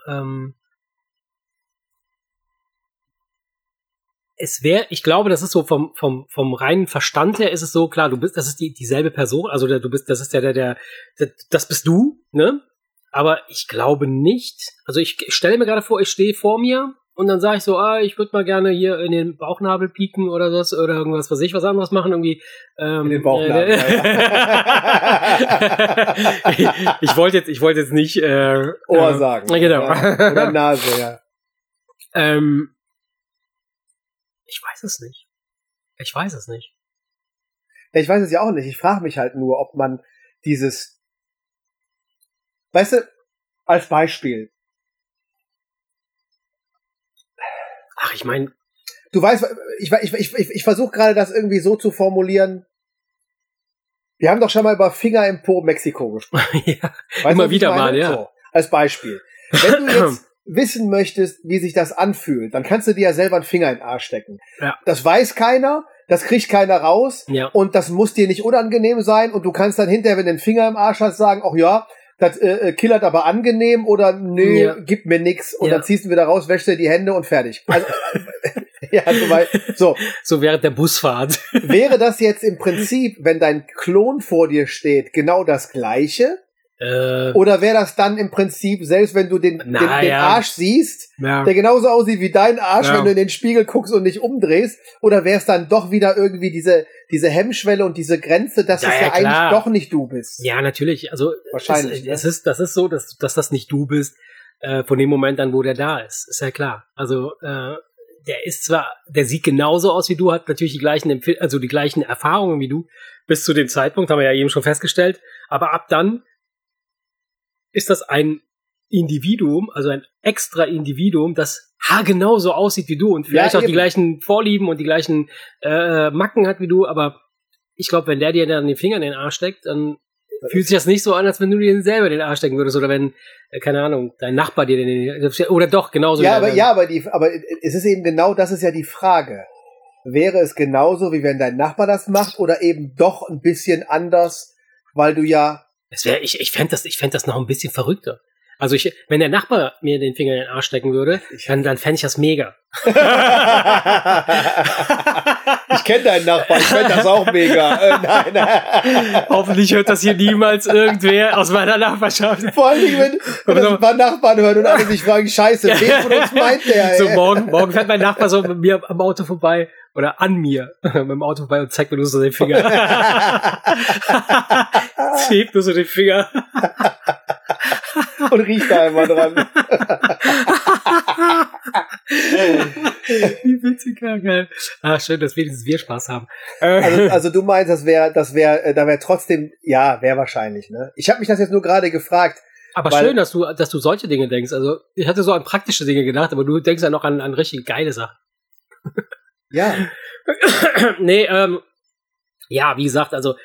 ich glaube, das ist so vom reinen Verstand her ist es so, klar, das ist dieselbe Person, also das ist ja das bist du, ne? Aber ich glaube nicht, also ich stelle mir gerade vor, ich stehe vor mir und dann sage ich so, ich würde mal gerne hier in den Bauchnabel pieken oder was, oder irgendwas, was anderes machen, irgendwie. In den Bauchnabel, ich wollte jetzt nicht, Ohr sagen. Genau. Oder Nase, ja. Ich weiß es nicht. Ich weiß es ja auch nicht. Ich frage mich halt nur, ob man dieses, weißt du, als Beispiel. Ach, ich meine, du weißt, ich versuche gerade das irgendwie so zu formulieren. Wir haben doch schon mal über Finger im Po Mexiko gesprochen. Ja, weißt immer wieder mal, ja. So, als Beispiel. Wenn du jetzt wissen möchtest, wie sich das anfühlt, dann kannst du dir ja selber einen Finger in den Arsch stecken. Ja. Das weiß keiner, das kriegt keiner raus und das muss dir nicht unangenehm sein und du kannst dann hinterher, wenn du den Finger im Arsch hast, sagen, ach ja, das killert aber angenehm oder nö, gibt mir nix und dann ziehst du wieder raus, wäschst dir die Hände und fertig. Also, so während der Busfahrt. Wäre das jetzt im Prinzip, wenn dein Klon vor dir steht, genau das Gleiche? Oder wäre das dann im Prinzip, selbst wenn du den Arsch siehst, der genauso aussieht wie dein Arsch, wenn du in den Spiegel guckst und nicht umdrehst, oder wäre es dann doch wieder irgendwie diese Hemmschwelle und diese Grenze, dass es ja eigentlich doch nicht du bist? Ja, natürlich. Also wahrscheinlich. Das ist so, dass das nicht du bist, von dem Moment an, wo der da ist. Ist ja klar. Also der sieht genauso aus wie du, hat natürlich die gleichen Erfahrungen wie du, bis zu dem Zeitpunkt, haben wir ja eben schon festgestellt, aber ab dann ist das ein Individuum, also ein extra Individuum, das genauso aussieht wie du und vielleicht auch die gleichen Vorlieben und die gleichen Macken hat wie du, aber ich glaube, wenn der dir dann den Finger in den Arsch steckt, dann fühlt sich das nicht so an, als wenn du dir selber den Arsch stecken würdest oder wenn, keine Ahnung, dein Nachbar dir den oder doch, genauso. Aber es ist eben genau, das ist ja die Frage. Wäre es genauso, wie wenn dein Nachbar das macht oder eben doch ein bisschen anders, weil du ja ich fänd das noch ein bisschen verrückter. Also wenn der Nachbar mir den Finger in den Arsch stecken würde, dann fände ich das mega. Ich kenne deinen Nachbarn, ich fände das auch mega. Nein. Hoffentlich hört das hier niemals irgendwer aus meiner Nachbarschaft. Vor allem, wenn das ein paar Nachbarn hören und alle sich fragen, scheiße, wen von uns meint der? Ey? So morgen fährt mein Nachbar so mit mir am Auto vorbei oder an mir mit dem Auto vorbei und zeigt mir nur so den Finger. Hebt nur so den Finger. Und riecht da einmal dran. Wie witzig, geil. Schön, dass wenigstens wir Spaß haben. Also du meinst, da wäre trotzdem, wäre wahrscheinlich, ne? Ich habe mich das jetzt nur gerade gefragt. Aber schön, dass du solche Dinge denkst. Also ich hatte so an praktische Dinge gedacht, aber du denkst ja noch an richtig geile Sachen. Ja. Nee, Ja, wie gesagt, also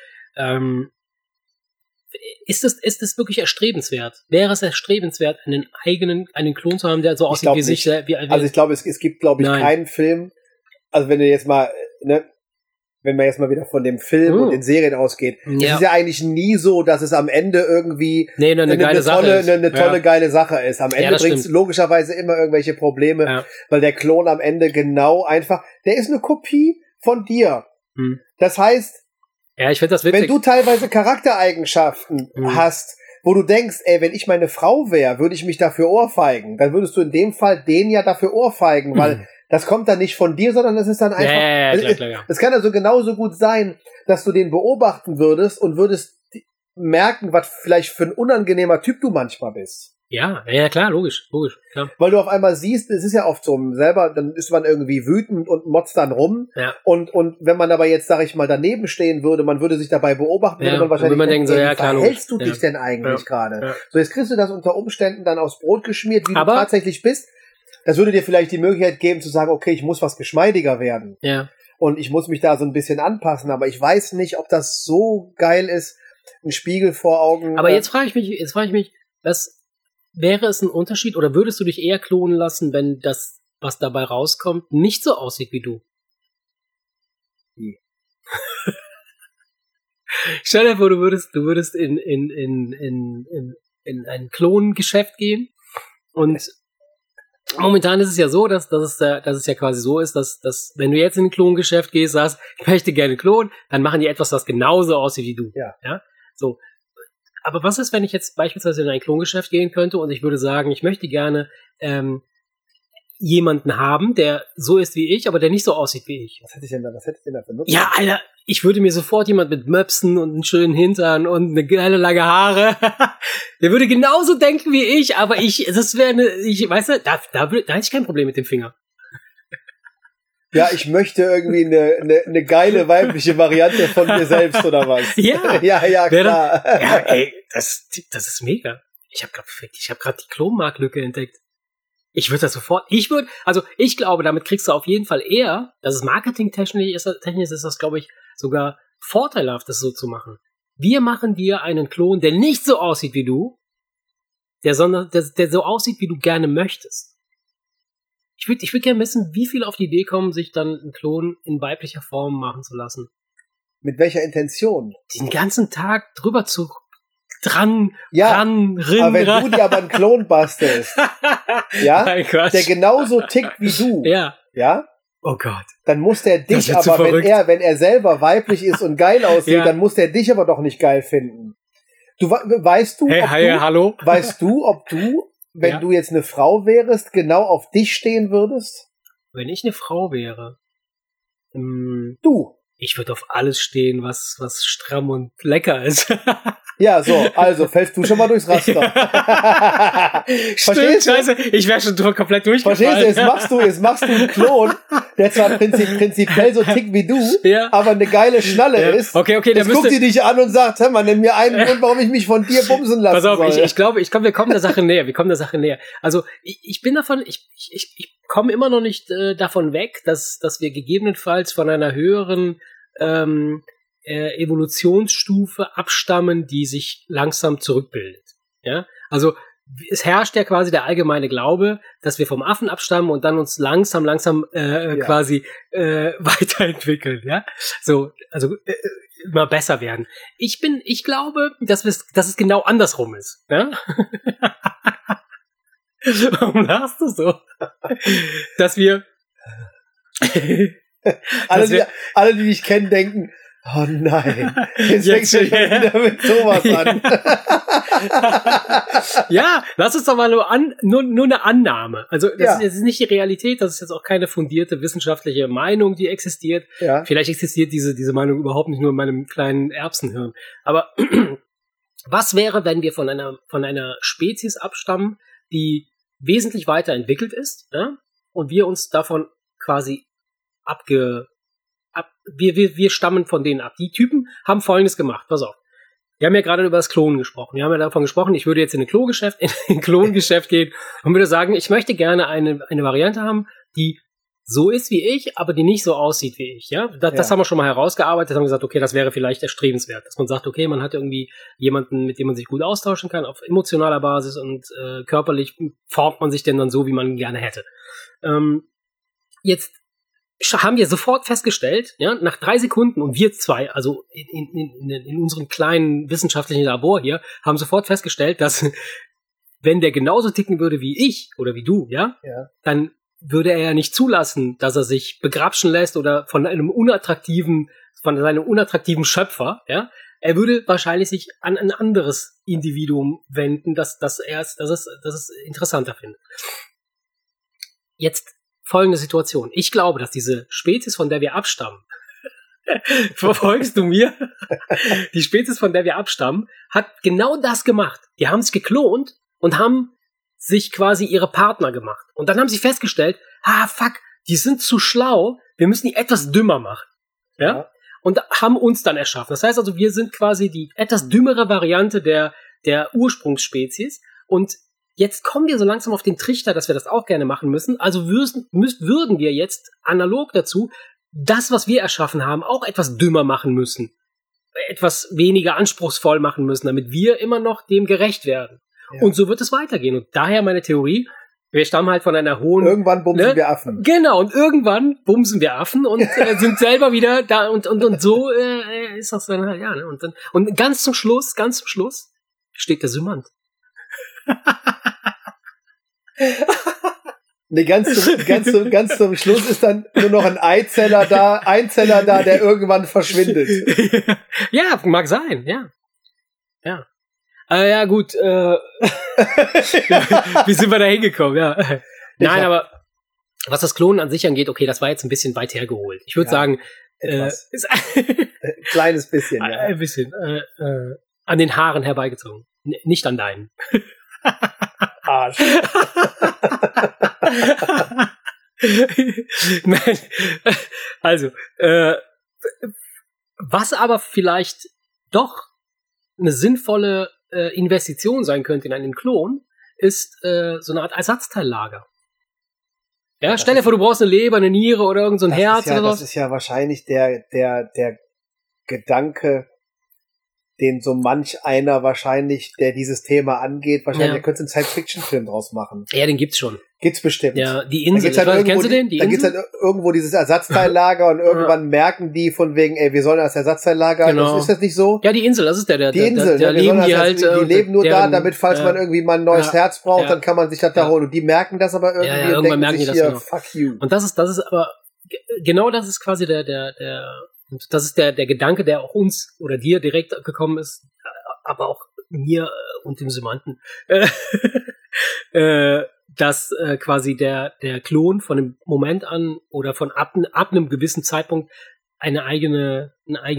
ist es wirklich erstrebenswert? Wäre es erstrebenswert, einen Klon zu haben, der so aussieht wie sich? Also ich glaube, es gibt, glaube ich, keinen Film, also wenn man jetzt mal wieder von dem Film und den Serien ausgeht, es ist ja eigentlich nie so, dass es am Ende irgendwie eine tolle, geile Sache ist. Am Ende bringt es logischerweise immer irgendwelche Probleme, weil der Klon am Ende genau einfach, der ist eine Kopie von dir. Das heißt, ich finde das witzig. Wenn du teilweise Charaktereigenschaften hast, wo du denkst, wenn ich meine Frau wäre, würde ich mich dafür ohrfeigen, dann würdest du in dem Fall den ja dafür ohrfeigen, weil das kommt dann nicht von dir, sondern es ist dann einfach, klar. Es kann also genauso gut sein, dass du den beobachten würdest und würdest merken, was vielleicht für ein unangenehmer Typ du manchmal bist. Ja, klar, logisch, klar. Weil du auf einmal siehst, es ist ja oft so selber, dann ist man irgendwie wütend und motzt dann rum. Ja. Und wenn man aber jetzt, sag ich mal, daneben stehen würde, man würde sich dabei beobachten, würde man wahrscheinlich denken, so, wie verhältst du dich denn eigentlich gerade? Ja. So, jetzt kriegst du das unter Umständen dann aufs Brot geschmiert, wie du tatsächlich bist. Das würde dir vielleicht die Möglichkeit geben zu sagen, okay, ich muss was geschmeidiger werden. Ja. Und ich muss mich da so ein bisschen anpassen, aber ich weiß nicht, ob das so geil ist, ein Spiegel vor Augen. Aber jetzt frage ich mich, wäre es ein Unterschied oder würdest du dich eher klonen lassen, wenn das, was dabei rauskommt, nicht so aussieht wie du? Stell dir vor, du würdest in ein Klongeschäft gehen und momentan ist es ja so, dass es ja quasi so ist, dass wenn du jetzt in ein Klongeschäft gehst, sagst, ich möchte gerne klonen, dann machen die etwas, was genauso aussieht wie du. Ja? So. Aber was ist, wenn ich jetzt beispielsweise in ein Klongeschäft gehen könnte und ich würde sagen, ich möchte gerne jemanden haben, der so ist wie ich, aber der nicht so aussieht wie ich. Was hätte ich denn da für Nutzen? Ja, Alter, ich würde mir sofort jemand mit Möpsen und einen schönen Hintern und eine geile lange Haare, der würde genauso denken wie ich, aber weißt du, da hätte ich kein Problem mit dem Finger. Ja, ich möchte irgendwie eine geile weibliche Variante von mir selbst oder was? Ja, ja, klar. Ja, ey, das ist mega. Ich habe gerade die Klonmarklücke entdeckt. Ich glaube, damit kriegst du auf jeden Fall eher, dass es marketingtechnisch ist das, glaube ich, sogar vorteilhaft, das so zu machen. Wir machen dir einen Klon, der nicht so aussieht wie du, der so aussieht, wie du gerne möchtest. Ich würde gerne wissen, wie viele auf die Idee kommen, sich dann einen Klon in weiblicher Form machen zu lassen. Mit welcher Intention? Den ganzen Tag drüber ran, aber wenn du dir aber einen Klon bastelst, ja, der genauso tickt wie du, ja, oh Gott, dann muss der dich aber, wenn er selber weiblich ist und geil aussieht, dann muss der dich aber doch nicht geil finden. Weißt du, ob du, wenn du jetzt eine Frau wärst, genau auf dich stehen würdest? Wenn ich eine Frau wäre, du. Ich würde auf alles stehen, was stramm und lecker ist. Ja, so, also fällst du schon mal durchs Raster. Stimmt, scheiße, ich wäre schon komplett durchgefallen. Verstehst du, jetzt machst du einen Klon, der zwar prinzipiell so tickt wie du, aber eine geile Schnalle ist. Okay, jetzt guckt die dich an und sagt, hör mal, nenn mir einen Grund, warum ich mich von dir bumsen lassen soll. Pass auf, ich glaube, wir kommen der Sache näher. Also, ich bin davon, ich komme immer noch nicht davon weg, dass wir gegebenenfalls von einer höheren Evolutionsstufe abstammen, die sich langsam zurückbildet. Ja, also es herrscht ja quasi der allgemeine Glaube, dass wir vom Affen abstammen und dann uns langsam quasi weiterentwickeln. Ja, so also immer besser werden. Ich glaube, dass es genau andersrum ist. Ja? Warum lachst du so? Dass wir alle, die dich kennen, denken, oh nein, jetzt fängst du wieder mit sowas an. Ja, lass uns doch mal nur eine Annahme. Also das ist nicht die Realität, das ist jetzt auch keine fundierte wissenschaftliche Meinung, die existiert. Ja. Vielleicht existiert diese Meinung überhaupt nicht nur in meinem kleinen Erbsenhirn. Aber was wäre, wenn wir von einer Spezies abstammen, die wesentlich weiterentwickelt ist, ja? Und wir uns davon quasi wir stammen von denen ab. Die Typen haben Folgendes gemacht. Pass auf. Wir haben ja gerade über das Klonen gesprochen. Wir haben ja davon gesprochen, ich würde jetzt in ein Klongeschäft gehen und würde sagen, ich möchte gerne eine Variante haben, die so ist wie ich, aber die nicht so aussieht wie ich, ja. Das haben wir schon mal herausgearbeitet, haben gesagt, okay, das wäre vielleicht erstrebenswert, dass man sagt, okay, man hat irgendwie jemanden, mit dem man sich gut austauschen kann, auf emotionaler Basis und körperlich formt man sich denn dann so, wie man gerne hätte. Jetzt haben wir sofort festgestellt, ja, nach 3 Sekunden und wir zwei, also in unserem kleinen wissenschaftlichen Labor hier, haben sofort festgestellt, dass wenn der genauso ticken würde wie ich oder wie du, ja. Dann würde er ja nicht zulassen, dass er sich begrapschen lässt oder von seinem unattraktiven Schöpfer, ja. Er würde wahrscheinlich sich an ein anderes Individuum wenden, das es interessanter findet. Jetzt folgende Situation. Ich glaube, dass diese Spezies, von der wir abstammen, verfolgst du mir? Die Spezies, von der wir abstammen, hat genau das gemacht. Die haben sich geklont und haben sich quasi ihre Partner gemacht. Und dann haben sie festgestellt, fuck, die sind zu schlau, wir müssen die etwas dümmer machen. Ja? Und haben uns dann erschaffen. Das heißt also, wir sind quasi die etwas dümmere Variante der Ursprungsspezies. Und jetzt kommen wir so langsam auf den Trichter, dass wir das auch gerne machen müssen. Also würden wir jetzt analog dazu das, was wir erschaffen haben, auch etwas dümmer machen müssen. Etwas weniger anspruchsvoll machen müssen, damit wir immer noch dem gerecht werden. Ja. Und so wird es weitergehen. Und daher meine Theorie, wir stammen halt von einer hohen... Irgendwann bumsen wir Affen. Genau, und irgendwann bumsen wir Affen und sind selber wieder da und so ist das dann halt, ja. Ne? Und ganz zum Schluss steht der Symant. Nee, ganz zum Schluss ist dann nur noch ein Einzeller da, der irgendwann verschwindet. Ja, mag sein, ja. Ja. Ja, gut. Wie sind wir da hingekommen? Ja. Nein, aber was das Klonen an sich angeht, okay, das war jetzt ein bisschen weit hergeholt. Ich würde sagen, kleines bisschen, ja. Ein bisschen. An den Haaren herbeigezogen. Nicht an deinen. Arsch. Nein. Also, was aber vielleicht doch eine sinnvolle Investition sein könnte in einen Klon, ist so eine Art Ersatzteillager. Ja, stell dir vor, du brauchst eine Leber, eine Niere oder irgend so ein Herz oder was. Das ist ja wahrscheinlich der Gedanke, den so manch einer wahrscheinlich, der dieses Thema angeht, wahrscheinlich, der könnte einen Science-Fiction-Film draus machen. Ja, den gibt's schon. Gibt's bestimmt. Ja, die Insel. Kennst du den? Da gibt's halt irgendwo dieses Ersatzteillager und irgendwann merken die von wegen, wir sollen das Ersatzteillager. Genau. Ist das nicht so? Ja, die Insel, das ist der die Insel, der leben die halt. Die leben nur da, damit, falls man irgendwie mal ein neues Herz braucht, dann kann man sich das da holen. Und die merken das aber irgendwie und denken sich hier, fuck you. Und das ist aber, genau das ist quasi das ist der Gedanke, der auch uns oder dir direkt gekommen ist, aber auch mir und dem Symanten, dass quasi der Klon von dem Moment an oder von ab einem gewissen Zeitpunkt einen eigenen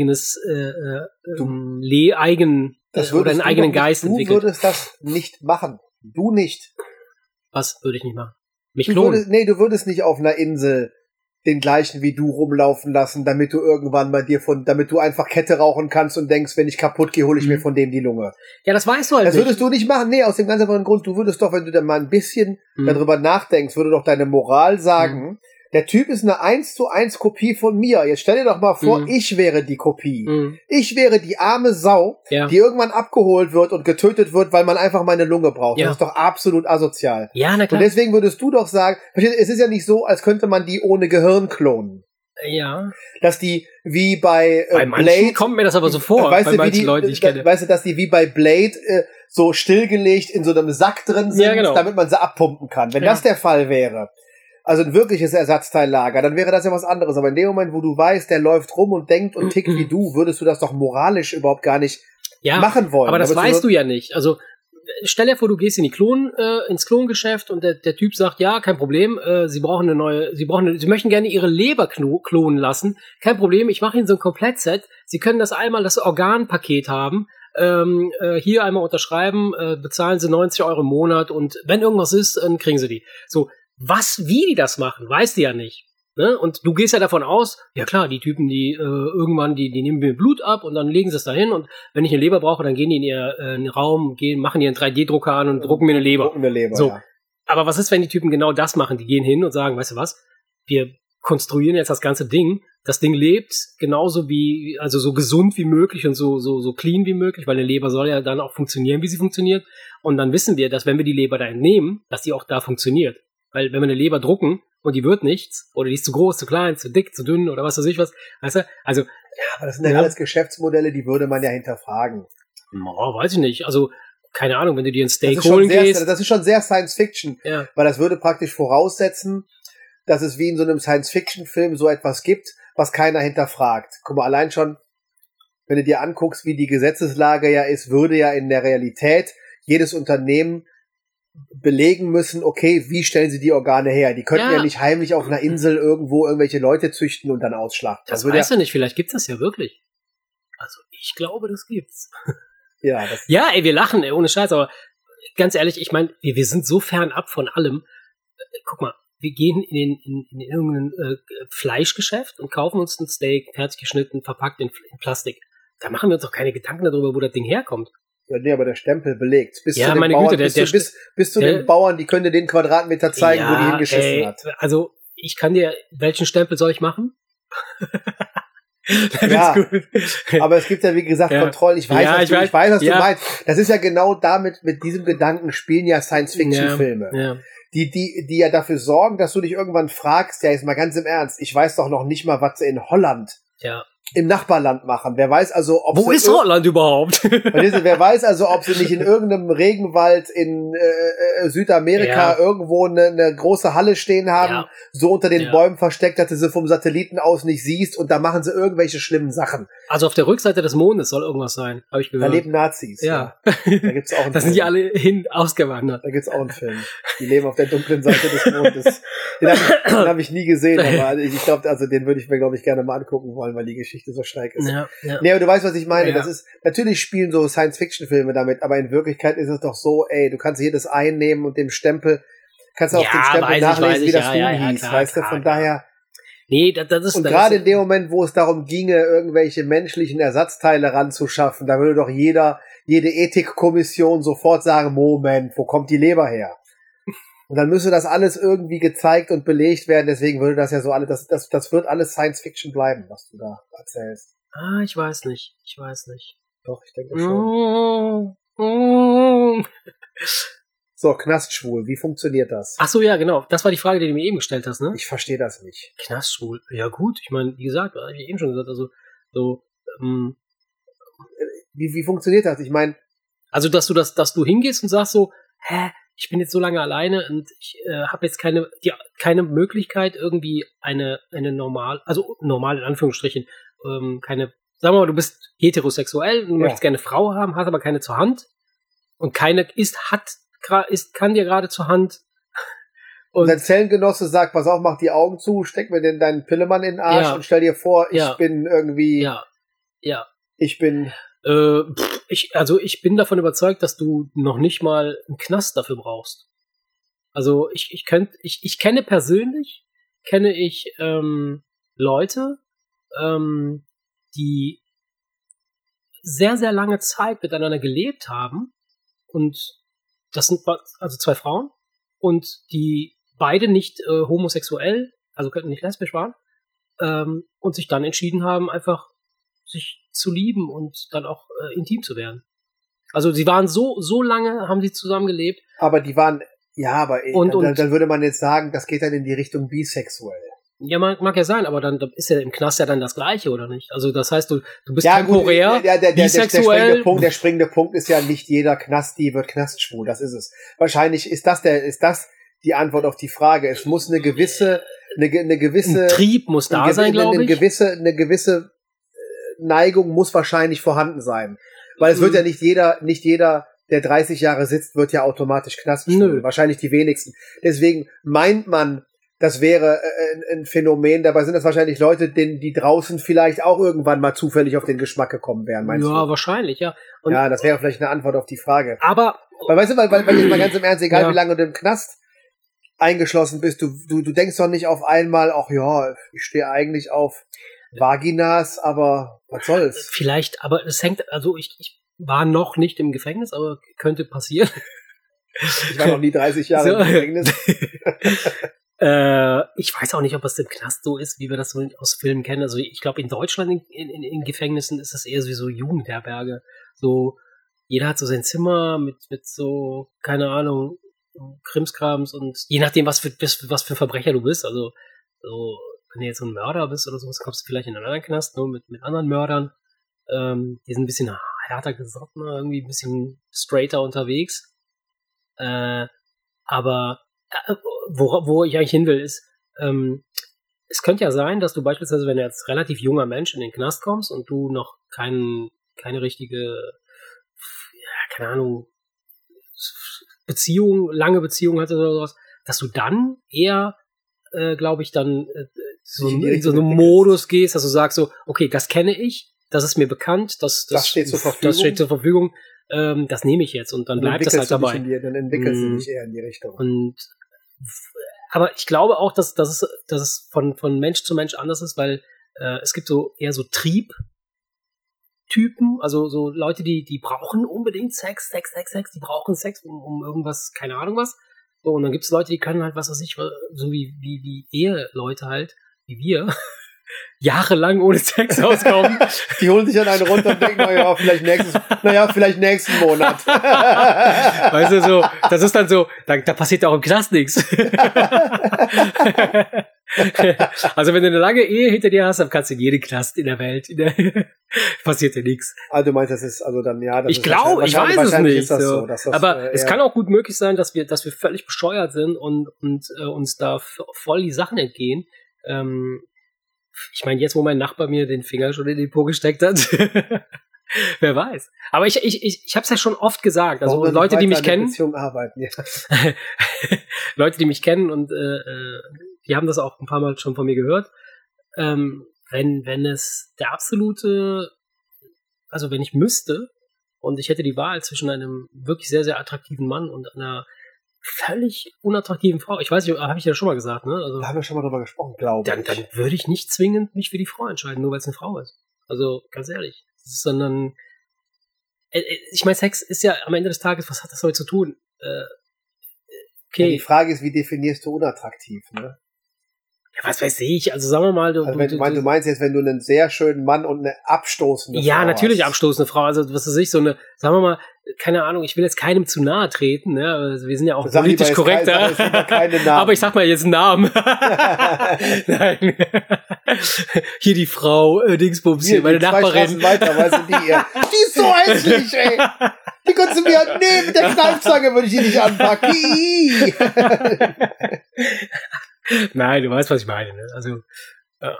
Geist entwickelt. Du würdest das nicht machen. Du nicht. Was würde ich nicht machen? Mich klonen? Du würdest nicht auf einer Insel den gleichen wie du rumlaufen lassen, damit du irgendwann damit du einfach Kette rauchen kannst und denkst, wenn ich kaputt gehe, hole ich mir von dem die Lunge. Ja, das weißt du halt nicht. Das würdest du nicht machen. Nee, aus dem ganz einfachen Grund, du würdest doch, wenn du dann mal ein bisschen darüber nachdenkst, würde doch deine Moral sagen, der Typ ist eine 1:1 Kopie von mir. Jetzt stell dir doch mal vor, ich wäre die Kopie. Ich wäre die arme Sau, die irgendwann abgeholt wird und getötet wird, weil man einfach meine Lunge braucht. Ja. Das ist doch absolut asozial. Ja, na klar. Und deswegen würdest du doch sagen, es ist ja nicht so, als könnte man die ohne Gehirn klonen. Ja. Dass die wie bei Blade kommt mir das aber so vor, bei manchen Leuten, die ich kenne. Weißt du, dass die wie bei Blade so stillgelegt in so einem Sack drin sind, damit man sie abpumpen kann. Wenn das der Fall wäre, also ein wirkliches Ersatzteillager, dann wäre das ja was anderes. Aber in dem Moment, wo du weißt, der läuft rum und denkt und tickt wie du, würdest du das doch moralisch überhaupt gar nicht machen wollen. Aber das weißt du ja nicht. Also stell dir vor, du gehst ins Klongeschäft und der Typ sagt, ja, kein Problem, Sie möchten gerne Ihre Leber klonen lassen. Kein Problem, ich mache Ihnen so ein Komplettset. Sie können das Organpaket haben. Hier einmal unterschreiben, bezahlen Sie 90 € im Monat und wenn irgendwas ist, dann kriegen Sie die. So. Wie die das machen, weißt du ja nicht. Ne? Und du gehst ja davon aus, ja klar, die Typen, die irgendwann, die nehmen mir Blut ab und dann legen sie es dahin und wenn ich eine Leber brauche, dann gehen die in ihren Raum, machen ihren 3D-Drucker an und drucken mir eine Leber. So. Ja. Aber was ist, wenn die Typen genau das machen? Die gehen hin und sagen, weißt du was, wir konstruieren jetzt das ganze Ding. Das Ding lebt genauso wie, also so gesund wie möglich und so clean wie möglich, weil eine Leber soll ja dann auch funktionieren, wie sie funktioniert. Und dann wissen wir, dass wenn wir die Leber da entnehmen, dass die auch da funktioniert. Weil wenn wir eine Leber drucken und die wird nichts, oder die ist zu groß, zu klein, zu dick, zu dünn oder was weiß ich was, weißt du? Also, ja, aber das sind ja alles Geschäftsmodelle, die würde man ja hinterfragen. Weiß ich nicht. Also, keine Ahnung, wenn du dir ein Steak holen gehst. Das ist schon sehr Science-Fiction, weil das würde praktisch voraussetzen, dass es wie in so einem Science-Fiction-Film so etwas gibt, was keiner hinterfragt. Guck mal, allein schon, wenn du dir anguckst, wie die Gesetzeslage ja ist, würde ja in der Realität jedes Unternehmen belegen müssen, okay, wie stellen sie die Organe her? Die könnten ja nicht heimlich auf einer Insel irgendwo irgendwelche Leute züchten und dann ausschlachten. Das weißt du nicht, vielleicht gibt's das ja wirklich. Also ich glaube, das gibt's. Ja, ey, wir lachen, ey, ohne Scheiß, aber ganz ehrlich, ich meine, wir sind so fernab von allem. Guck mal, wir gehen in irgendein Fleischgeschäft und kaufen uns ein Steak, fertig geschnitten, verpackt in Plastik. Da machen wir uns doch keine Gedanken darüber, wo das Ding herkommt. Ja, nee, aber der Stempel belegt. Bis ja, zu den meine Bauern, Güte, bis zu den Bauern, die können dir den Quadratmeter zeigen, wo die hingeschissen hat. Also, ich kann dir, welchen Stempel soll ich machen? Ja, aber es gibt ja, wie gesagt, Kontrollen. Ich weiß, was du meinst. Das ist ja genau damit, mit diesem Gedanken spielen ja Science-Fiction-Filme. Ja. Die ja dafür sorgen, dass du dich irgendwann fragst, ja, jetzt mal ganz im Ernst, ich weiß doch noch nicht mal, was sie in Holland im Nachbarland machen. Wer weiß also, ob wo ist Holland überhaupt? Wer weiß also, ob sie nicht in irgendeinem Regenwald in Südamerika irgendwo eine große Halle stehen haben, so unter den Bäumen versteckt, dass du sie vom Satelliten aus nicht siehst und da machen sie irgendwelche schlimmen Sachen. Also auf der Rückseite des Mondes soll irgendwas sein, habe ich gehört. Da leben Nazis. Ja. Da gibt's auch einen Film. Da sind die alle ausgewandert. Da gibt's auch einen Film. Die leben auf der dunklen Seite des Mondes. Den hab ich nie gesehen, aber ich glaube, also den würde ich mir, glaube ich, gerne mal angucken wollen, weil die Geschichte so schräg ist. Nee, aber du weißt, was ich meine. Das ist, natürlich spielen so Science-Fiction-Filme damit, aber in Wirklichkeit ist es doch so, ey, du kannst jedes einnehmen und dem Stempel, kannst du auf den Stempel nachlesen, wie das Huhn hieß, klar, weißt du, von daher. Nee, das ist. Und gerade in dem Moment, wo es darum ginge, irgendwelche menschlichen Ersatzteile ranzuschaffen, da würde doch jede Ethikkommission sofort sagen, Moment, wo kommt die Leber her? Und dann müsste das alles irgendwie gezeigt und belegt werden, deswegen würde das ja so alles, das wird alles Science-Fiction bleiben, was du da erzählst. Ich weiß nicht. Doch, ich denke schon. So, Knastschwul, wie funktioniert das? Ach so, ja, genau. Das war die Frage, die du mir eben gestellt hast, ne? Ich verstehe das nicht. Knastschwul, ja gut. Ich meine, wie gesagt, habe ich eben schon gesagt, also so. Wie funktioniert das? Ich meine, also dass du hingehst und sagst so, ich bin jetzt so lange alleine und ich habe jetzt keine Möglichkeit irgendwie eine normal in Anführungsstrichen, sagen wir mal, du bist heterosexuell und möchtest gerne eine Frau haben, hast aber keine zur Hand und keine kann dir gerade zur Hand. Und dein Zellengenosse sagt, pass auf, mach die Augen zu, steck mir denn deinen Pillemann in den Arsch und stell dir vor, ich bin irgendwie. Ich bin. Ich bin davon überzeugt, dass du noch nicht mal einen Knast dafür brauchst. Also ich kenne persönlich, Leute, die sehr, sehr lange Zeit miteinander gelebt haben und das sind also 2 Frauen und die beide nicht homosexuell, also könnten nicht lesbisch waren, und sich dann entschieden haben, einfach sich zu lieben und dann auch intim zu werden. Also sie waren so lange, haben sie zusammengelebt. Aber die waren, dann würde man jetzt sagen, das geht dann in die Richtung bisexuell. Ja, mag ja sein, aber dann ist ja im Knast ja dann das Gleiche, oder nicht? Also das heißt, du bist temporär, bisexuell. Der springende Punkt ist ja, nicht jeder Knasti wird knastschwul, das ist es. Wahrscheinlich ist das die Antwort auf die Frage. Es muss eine gewisse ein Trieb muss da sein, glaube ich. Eine gewisse Neigung muss wahrscheinlich vorhanden sein. Weil es wird ja nicht jeder, der 30 Jahre sitzt, wird ja automatisch knastschwul. Wahrscheinlich die wenigsten. Deswegen meint man, das wäre ein Phänomen. Dabei sind das wahrscheinlich Leute, die draußen vielleicht auch irgendwann mal zufällig auf den Geschmack gekommen wären, meinst du? Ja, wahrscheinlich, ja. Und ja, das wäre vielleicht eine Antwort auf die Frage. Aber weil jetzt mal ganz im Ernst, egal wie lange du im Knast eingeschlossen bist, du denkst doch nicht auf einmal, ach ja, ich stehe eigentlich auf Vaginas, aber was soll's? Vielleicht, aber es hängt, also ich war noch nicht im Gefängnis, aber könnte passieren. Ich war noch nie 30 Jahre im Gefängnis. Ich weiß auch nicht, ob es im Knast so ist, wie wir das so aus Filmen kennen. Also ich glaube, in Deutschland in Gefängnissen ist das eher so Jugendherberge. So, jeder hat so sein Zimmer mit so, keine Ahnung, Krimskrams und je nachdem, was für ein Verbrecher du bist. Also, so, wenn du jetzt so ein Mörder bist oder sowas, kommst du vielleicht in einen anderen Knast, nur mit anderen Mördern. Die sind ein bisschen härter gesottener, irgendwie ein bisschen straighter unterwegs. Aber wo ich eigentlich hin will, ist, es könnte ja sein, dass du beispielsweise, wenn du als relativ junger Mensch in den Knast kommst und du noch keine richtige, keine Ahnung, lange Beziehung hattest oder sowas, dass du dann eher, glaube ich, dann in so einen Modus gehst, dass du sagst so, okay, das kenne ich, das ist mir bekannt, das steht zur Verfügung, das nehme ich jetzt und dann bleibt das halt dabei. Dann entwickelst du dich eher in die Richtung. Aber ich glaube auch, dass es von Mensch zu Mensch anders ist, weil es gibt so eher so Triebtypen, also so Leute, die brauchen unbedingt Sex, die brauchen Sex um irgendwas, keine Ahnung was. So, und dann gibt es Leute, die können halt, was weiß ich, so wie Eheleute halt, wie wir, jahrelang ohne Sex auskommen. Die holen sich dann einen runter und denken, vielleicht nächsten Monat. Weißt du, so, das ist dann so, da passiert ja auch im Knast nichts. Also wenn du eine lange Ehe hinter dir hast, dann kannst du in jedem Knast in der Welt, passiert dir nichts. Also du meinst, das ist also dann, ja, das ich glaube, ich weiß es nicht. So. Aber es kann auch gut möglich sein, dass wir völlig bescheuert sind und uns da voll die Sachen entgehen. Ich meine, jetzt, wo mein Nachbar mir den Finger schon in den Po gesteckt hat, wer weiß. Aber ich habe es ja schon oft gesagt. Also Leute, die mich kennen, Leute, die mich kennen und die haben das auch ein paar Mal schon von mir gehört. Wenn es der absolute, also wenn ich müsste und ich hätte die Wahl zwischen einem wirklich sehr, sehr attraktiven Mann und einer völlig unattraktiven Frau. Ich weiß nicht, habe ich ja schon mal gesagt, ne? Also, da haben wir schon mal drüber gesprochen, glaube ich. Dann würde ich nicht zwingend mich für die Frau entscheiden, nur weil es eine Frau ist. Also, ganz ehrlich. Sondern, ich meine, Sex ist ja am Ende des Tages, was hat das heute zu tun? Okay. Ja, die Frage ist, wie definierst du unattraktiv, ne? Ja, was weiß ich, also sagen wir mal... Du meinst jetzt, wenn du einen sehr schönen Mann und eine abstoßende Frau Ja, natürlich hast. Abstoßende Frau, also was weiß ich, so eine, sagen wir mal, keine Ahnung, ich will jetzt keinem zu nahe treten, ne? Also wir sind ja auch politisch korrekt, aber ich sag mal jetzt einen Namen. Nein. Hier die Frau, Dingsbums, hier meine Nachbarin. Weiter, weißt du, die ist so hässlich, ey. Die kannst du mir, nee, mit der Kneifzange würde ich die nicht anpacken. Nein, du weißt, was ich meine, ne? Also, ja.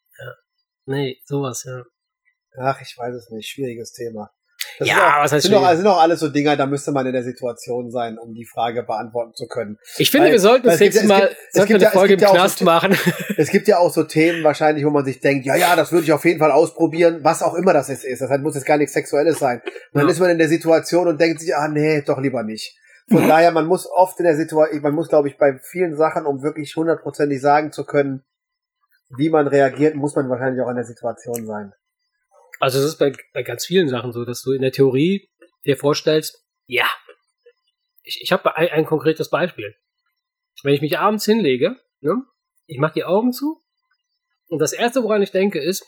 Nee, sowas, ja. Ach, ich weiß es nicht. Schwieriges Thema. Das was heißt schwierig? Sind auch alles so Dinger, da müsste man in der Situation sein, um die Frage beantworten zu können. Ich finde, wir sollten das nächste Mal eine Folge im Knast machen. Es gibt ja auch so Themen wahrscheinlich, wo man sich denkt, ja, das würde ich auf jeden Fall ausprobieren, was auch immer das jetzt ist. Das muss jetzt gar nichts Sexuelles sein. Und dann ist man in der Situation und denkt sich, nee, doch lieber nicht. Von daher, man muss oft in der Situation, glaube ich, bei vielen Sachen, um wirklich 100%ig sagen zu können, wie man reagiert, muss man wahrscheinlich auch in der Situation sein. Also es ist bei ganz vielen Sachen so, dass du in der Theorie dir vorstellst, ja, ich habe ein konkretes Beispiel. Wenn ich mich abends hinlege, ne, ich mache die Augen zu und das Erste, woran ich denke, ist,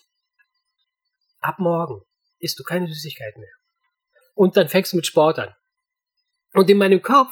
ab morgen isst du keine Süßigkeiten mehr. Und dann fängst du mit Sport an. Und in meinem Kopf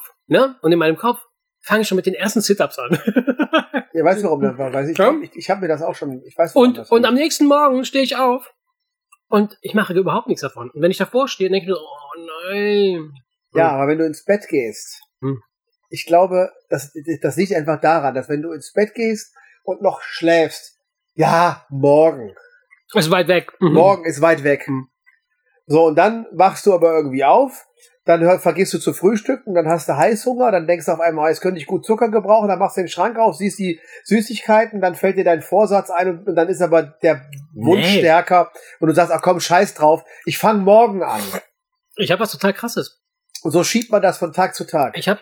fange ich schon mit den ersten Sit-Ups an. Ja, weißt du, warum das war? Weil ich habe mir das auch schon, ich weiß nicht. Und am nächsten Morgen stehe ich auf und ich mache überhaupt nichts davon. Und wenn ich davor stehe, denke ich mir, oh nein. Ja, aber wenn du ins Bett gehst, ich glaube, das liegt einfach daran, dass wenn du ins Bett gehst und noch schläfst, ja, morgen. Ist weit weg. Morgen ist weit weg. So, und dann wachst du aber irgendwie auf, dann vergisst du zu frühstücken, dann hast du Heißhunger, dann denkst du auf einmal, jetzt könnte ich gut Zucker gebrauchen, dann machst du den Schrank auf, siehst die Süßigkeiten, dann fällt dir dein Vorsatz ein und dann ist aber der Wunsch stärker und du sagst, ach komm, scheiß drauf, ich fange morgen an. Ich habe was total Krasses. Und so schiebt man das von Tag zu Tag. Ich hab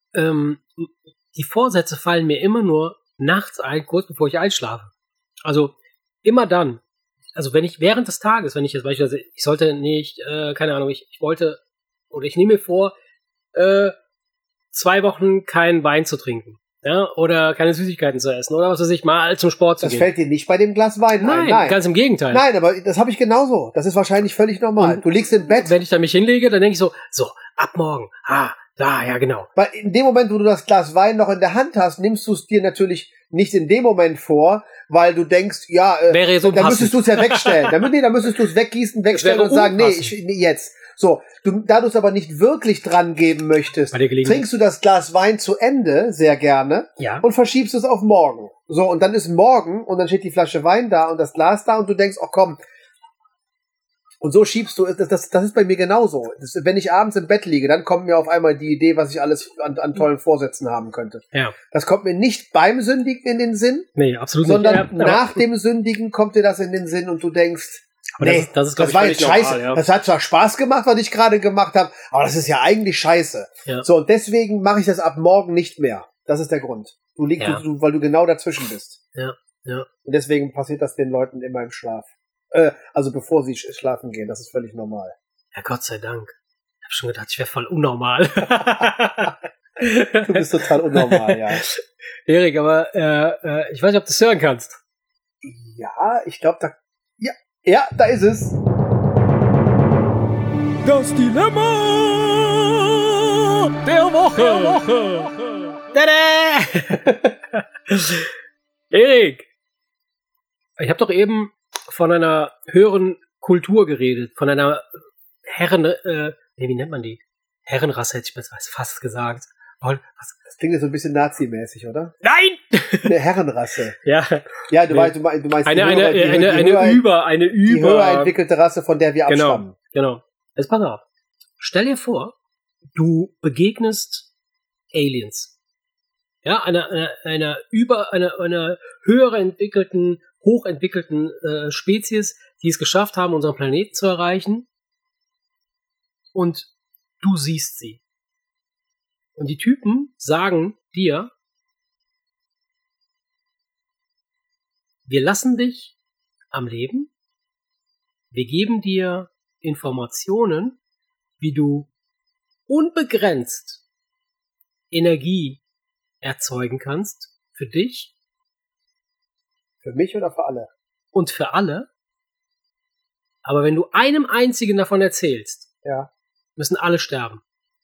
die Vorsätze fallen mir immer nur nachts ein, kurz bevor ich einschlafe. Also immer dann. Also wenn ich während des Tages, wenn ich jetzt beispielsweise, ich sollte nicht, keine Ahnung, ich wollte, oder ich nehme mir vor, 2 Wochen keinen Wein zu trinken. Ja, oder keine Süßigkeiten zu essen, oder was weiß ich, mal zum Sport zu gehen. Das fällt dir nicht bei dem Glas Wein ein. Nein, ganz im Gegenteil. Nein, aber das habe ich genauso. Das ist wahrscheinlich völlig normal. Und du liegst im Bett. Wenn ich da mich hinlege, dann denke ich so, ab morgen. Ja, genau. Weil in dem Moment, wo du das Glas Wein noch in der Hand hast, nimmst du es dir natürlich nicht in dem Moment vor, weil du denkst, wäre so dann müsstest du es ja wegstellen. Dann müsstest du es weggießen, wegstellen und sagen, jetzt. So, da du es aber nicht wirklich dran geben möchtest, trinkst du das Glas Wein zu Ende, sehr gerne, und verschiebst es auf morgen. So, und dann ist morgen, und dann steht die Flasche Wein da und das Glas da, und du denkst, komm. Und so schiebst du, das ist bei mir genauso. Wenn ich abends im Bett liege, dann kommt mir auf einmal die Idee, was ich alles an tollen Vorsätzen haben könnte. Ja. Das kommt mir nicht beim Sündigen in den Sinn. Nee, absolut sondern nicht. Nach dem Sündigen kommt dir das in den Sinn und du denkst, aber das war jetzt scheiße. Normal, ja. Das hat zwar Spaß gemacht, was ich gerade gemacht habe, aber das ist ja eigentlich scheiße. Ja. So, und deswegen mache ich das ab morgen nicht mehr. Das ist der Grund. Weil du genau dazwischen bist. Ja. Und deswegen passiert das den Leuten immer im Schlaf. Also bevor sie schlafen gehen, das ist völlig normal. Ja, Gott sei Dank. Ich habe schon gedacht, ich wäre voll unnormal. Du bist total unnormal, ja. Erik, aber ich weiß nicht, ob du es hören kannst. Ja, ich glaube, Ja, da ist es. Das Dilemma der Woche. Tada! Erik, ich habe doch eben von einer höheren Kultur geredet, von einer wie nennt man die? Herrenrasse hätte ich fast gesagt. Das klingt ja so ein bisschen Nazi-mäßig, oder? Nein! Eine Herrenrasse. Ja. Ja, du meinst eine überentwickelte Rasse, von der wir abstammen. Genau. Jetzt pass auf. Stell dir vor, du begegnest Aliens. Ja, einer höher entwickelten, hochentwickelten Spezies, die es geschafft haben, unseren Planeten zu erreichen. Und du siehst sie. Und die Typen sagen dir, wir lassen dich am Leben, wir geben dir Informationen, wie du unbegrenzt Energie erzeugen kannst für dich. Für mich oder für alle? Und für alle. Aber wenn du einem einzigen davon erzählst, müssen alle sterben.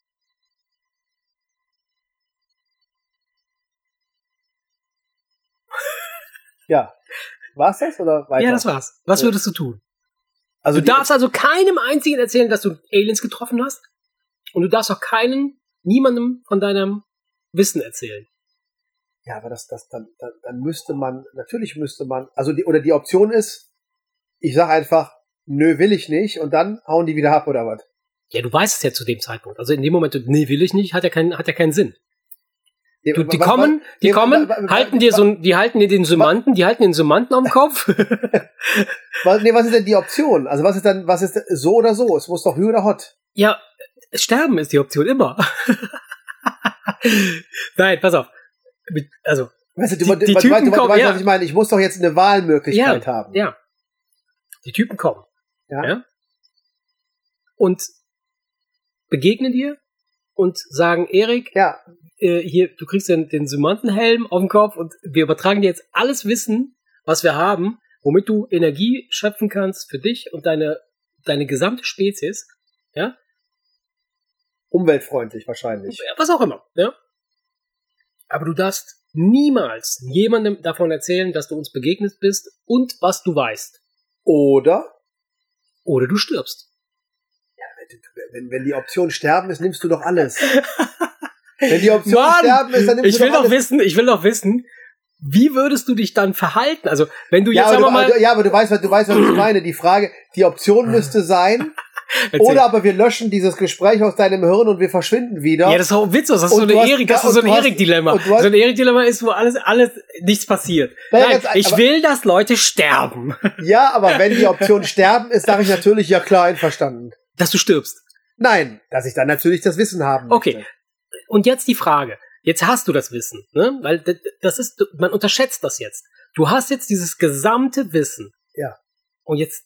Ja. War's das oder weiter? Ja, das war's. Was würdest du tun? Also du darfst also keinem einzigen erzählen, dass du Aliens getroffen hast. Und du darfst auch niemandem von deinem Wissen erzählen. Ja, aber dann müsste man, also die Option ist, ich sag einfach, nö, will ich nicht, und dann hauen die wieder ab, oder was? Ja, du weißt es ja zu dem Zeitpunkt. Also in dem Moment, nee, will ich nicht, hat ja keinen Sinn. Die halten dir den Summanden am Kopf. Was ist denn die Option? Also was ist so oder so? Es muss doch Hü oder Hot. Ja, sterben ist die Option immer. Nein, pass auf. Also, weißt du, du weißt, was ich meine? Ich muss doch jetzt eine Wahlmöglichkeit haben. Ja. Die Typen kommen. Ja. Und begegnen dir und sagen, Erik, hier, du kriegst den Sumantenhelm auf den Kopf und wir übertragen dir jetzt alles Wissen, was wir haben, womit du Energie schöpfen kannst für dich und deine gesamte Spezies. Ja. Umweltfreundlich wahrscheinlich. Was auch immer. Ja. Aber du darfst niemals jemandem davon erzählen, dass du uns begegnet bist und was du weißt. Oder du stirbst. Ja, wenn die Option sterben ist, nimmst du doch alles. Wenn die Option sterben ist, dann nimmst du doch alles. Ich will doch wissen, wie würdest du dich dann verhalten? Also, wenn du jetzt aber du weißt, was ich meine. Die Frage, die Option müsste sein, oder aber wir löschen dieses Gespräch aus deinem Hirn und wir verschwinden wieder. Ja, das ist auch witzig. Das ist so ein Erik-Dilemma. So ein Erik-Dilemma ist, wo alles nichts passiert. Nein, ich will, dass Leute sterben. Ja, aber wenn die Option sterben ist, sage ich natürlich, ja klar, einverstanden. Dass du stirbst. Nein, dass ich dann natürlich das Wissen haben möchte. Okay. Und jetzt die Frage. Jetzt hast du das Wissen, ne? Weil man unterschätzt das jetzt. Du hast jetzt dieses gesamte Wissen. Ja. Und jetzt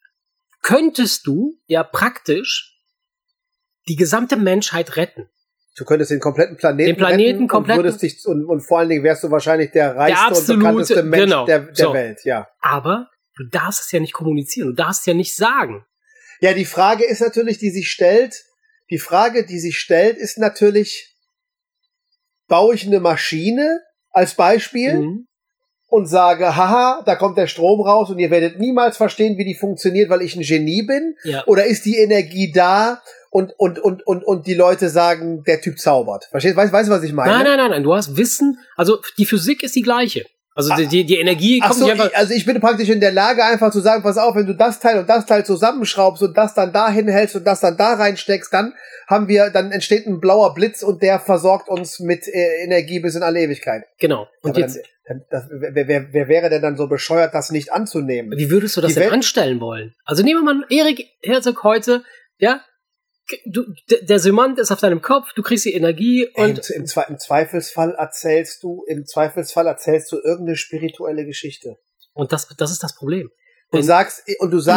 könntest du ja praktisch die gesamte Menschheit retten. Du könntest den kompletten Planeten retten komplett und würdest dich und vor allen Dingen wärst du wahrscheinlich der reichste und bekannteste Mensch der Welt, ja. Aber du darfst es ja nicht kommunizieren, du darfst ja nicht sagen. Ja, die Frage ist natürlich, die sich stellt, ist natürlich, baue ich eine Maschine als Beispiel und sage, haha, da kommt der Strom raus und ihr werdet niemals verstehen, wie die funktioniert, weil ich ein Genie bin? Ja. Oder ist die Energie da und die Leute sagen, der Typ zaubert? Verstehst du, weißt, was ich meine? Nein, du hast Wissen, also die Physik ist die gleiche. Also die Energie kommt nicht einfach... Also ich bin praktisch in der Lage, einfach zu sagen, pass auf, wenn du das Teil und das Teil zusammenschraubst und das dann dahin hältst und das dann da reinsteckst, dann entsteht ein blauer Blitz und der versorgt uns mit Energie bis in alle Ewigkeit. Genau. Und jetzt... Wer wäre denn dann so bescheuert, das nicht anzunehmen? Wie würdest du das denn anstellen wollen? Also nehmen wir mal Erik Herzog heute, ja, der Semant ist auf deinem Kopf, du kriegst die Energie und im Zweifelsfall erzählst du irgendeine spirituelle Geschichte. Und das ist das Problem. Du sagst,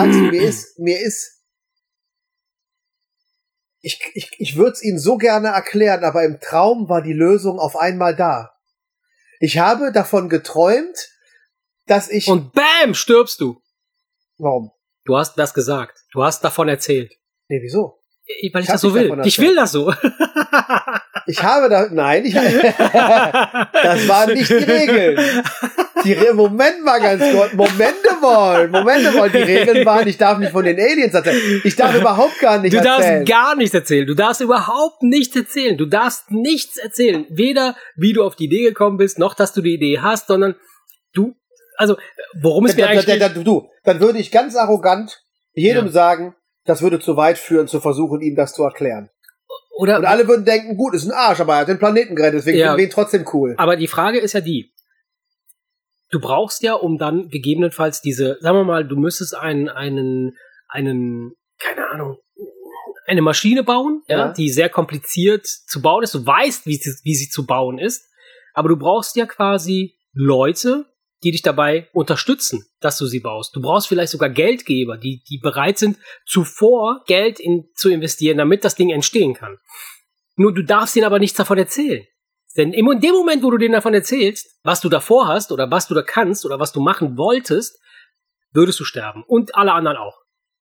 ich würde es Ihnen so gerne erklären, aber im Traum war die Lösung auf einmal da. Ich habe davon geträumt, dass ich... Und bam, stirbst du. Warum? Du hast das gesagt. Du hast davon erzählt. Nee, wieso? Weil ich das so will. Ich will das so. Ich habe da... Nein, das waren nicht die Regeln. Moment mal ganz kurz. Momente mal. Die Regeln waren, ich darf nicht von den Aliens erzählen. Ich darf überhaupt gar nicht erzählen. Du darfst gar nichts erzählen. Du darfst überhaupt nichts erzählen. Du darfst nichts erzählen. Weder wie du auf die Idee gekommen bist, noch dass du die Idee hast, sondern worum es mir eigentlich... Dann würde ich ganz arrogant jedem sagen, das würde zu weit führen, zu versuchen, ihm das zu erklären. Und alle würden denken, gut, ist ein Arsch, aber er hat den Planeten gerettet, deswegen finden wir ihn trotzdem cool. Aber die Frage ist ja die, du brauchst ja, um dann gegebenenfalls diese, sagen wir mal, du müsstest keine Ahnung, eine Maschine bauen, die sehr kompliziert zu bauen ist. Du weißt, wie sie zu bauen ist, aber du brauchst ja quasi Leute, die dich dabei unterstützen, dass du sie baust. Du brauchst vielleicht sogar Geldgeber, die bereit sind, zuvor Geld zu investieren, damit das Ding entstehen kann. Nur du darfst ihnen aber nichts davon erzählen. Denn in dem Moment, wo du denen davon erzählst, was du davor hast oder was du da kannst oder was du machen wolltest, würdest du sterben. Und alle anderen auch.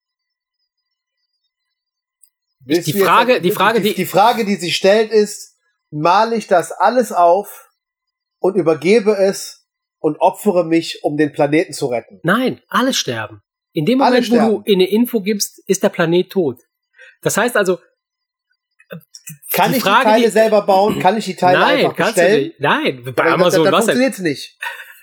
Die Frage, die sich stellt, ist, male ich das alles auf und übergebe es und opfere mich, um den Planeten zu retten? Nein, alle sterben. In dem Moment, wo du eine Info gibst, ist der Planet tot. Das heißt also, kann ich die Teile selber bauen? Kann ich die Teile einfach bestellen? Nein, bei Amazon dann funktioniert's nicht.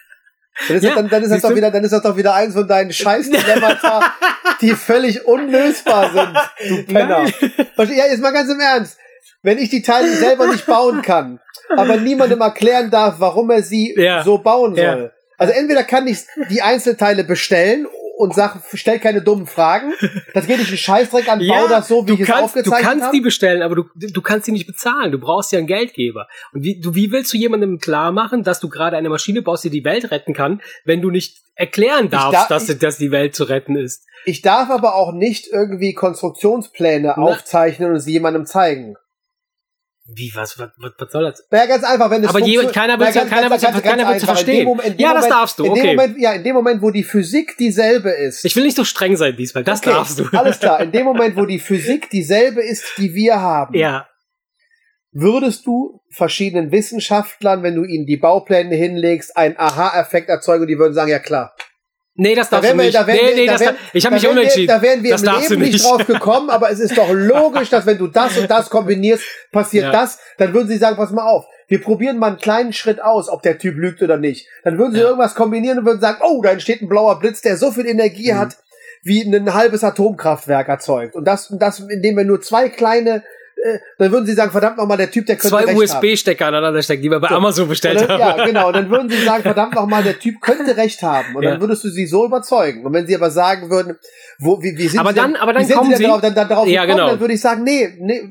Dann ist das doch wieder eins von deinen Scheiß-Dilemmata, die völlig unlösbar sind, du Penner. Ja, jetzt mal ganz im Ernst. Wenn ich die Teile selber nicht bauen kann, aber niemandem erklären darf, warum er sie so bauen soll. Also entweder kann ich die Einzelteile bestellen und stell keine dummen Fragen. Das geht nicht einen Scheißdreck an, bau das so, wie ich es aufgezeichnet habe. Du kannst die bestellen, aber du kannst sie nicht bezahlen. Du brauchst ja einen Geldgeber. Und wie willst du jemandem klar machen, dass du gerade eine Maschine baust, die die Welt retten kann, wenn du nicht erklären darfst, dass die Welt zu retten ist? Ich darf aber auch nicht irgendwie Konstruktionspläne aufzeichnen und sie jemandem zeigen. Wie, was soll das? Naja, ganz einfach, wenn es aber keiner wird zu verstehen. Das darfst du, okay. In dem Moment, wo die Physik dieselbe ist. Ich will nicht so streng sein diesmal, das darfst du. Alles klar, in dem Moment, wo die Physik dieselbe ist, die wir haben. Ja. Würdest du verschiedenen Wissenschaftlern, wenn du ihnen die Baupläne hinlegst, einen Aha-Effekt erzeugen und die würden sagen, ja klar. Nee, das darfst du nicht. Ich habe mich umentschieden. Da wären wir im Leben nicht drauf gekommen, aber es ist doch logisch, dass wenn du das und das kombinierst, passiert das. Dann würden sie sagen, pass mal auf, wir probieren mal einen kleinen Schritt aus, ob der Typ lügt oder nicht. Dann würden sie irgendwas kombinieren und würden sagen, oh, da entsteht ein blauer Blitz, der so viel Energie hat, wie ein halbes Atomkraftwerk erzeugt. Und das, indem wir nur zwei kleine... dann würden sie sagen, verdammt nochmal, der Typ, der könnte recht haben. 2 USB-Stecker aneinander stecken, die wir bei Amazon bestellt haben. Ja, genau. Und dann würden sie sagen, verdammt nochmal, der Typ könnte recht haben. Und dann würdest du sie so überzeugen. Und wenn sie aber sagen würden, wie sind sie denn darauf gekommen, dann würde ich sagen, nee,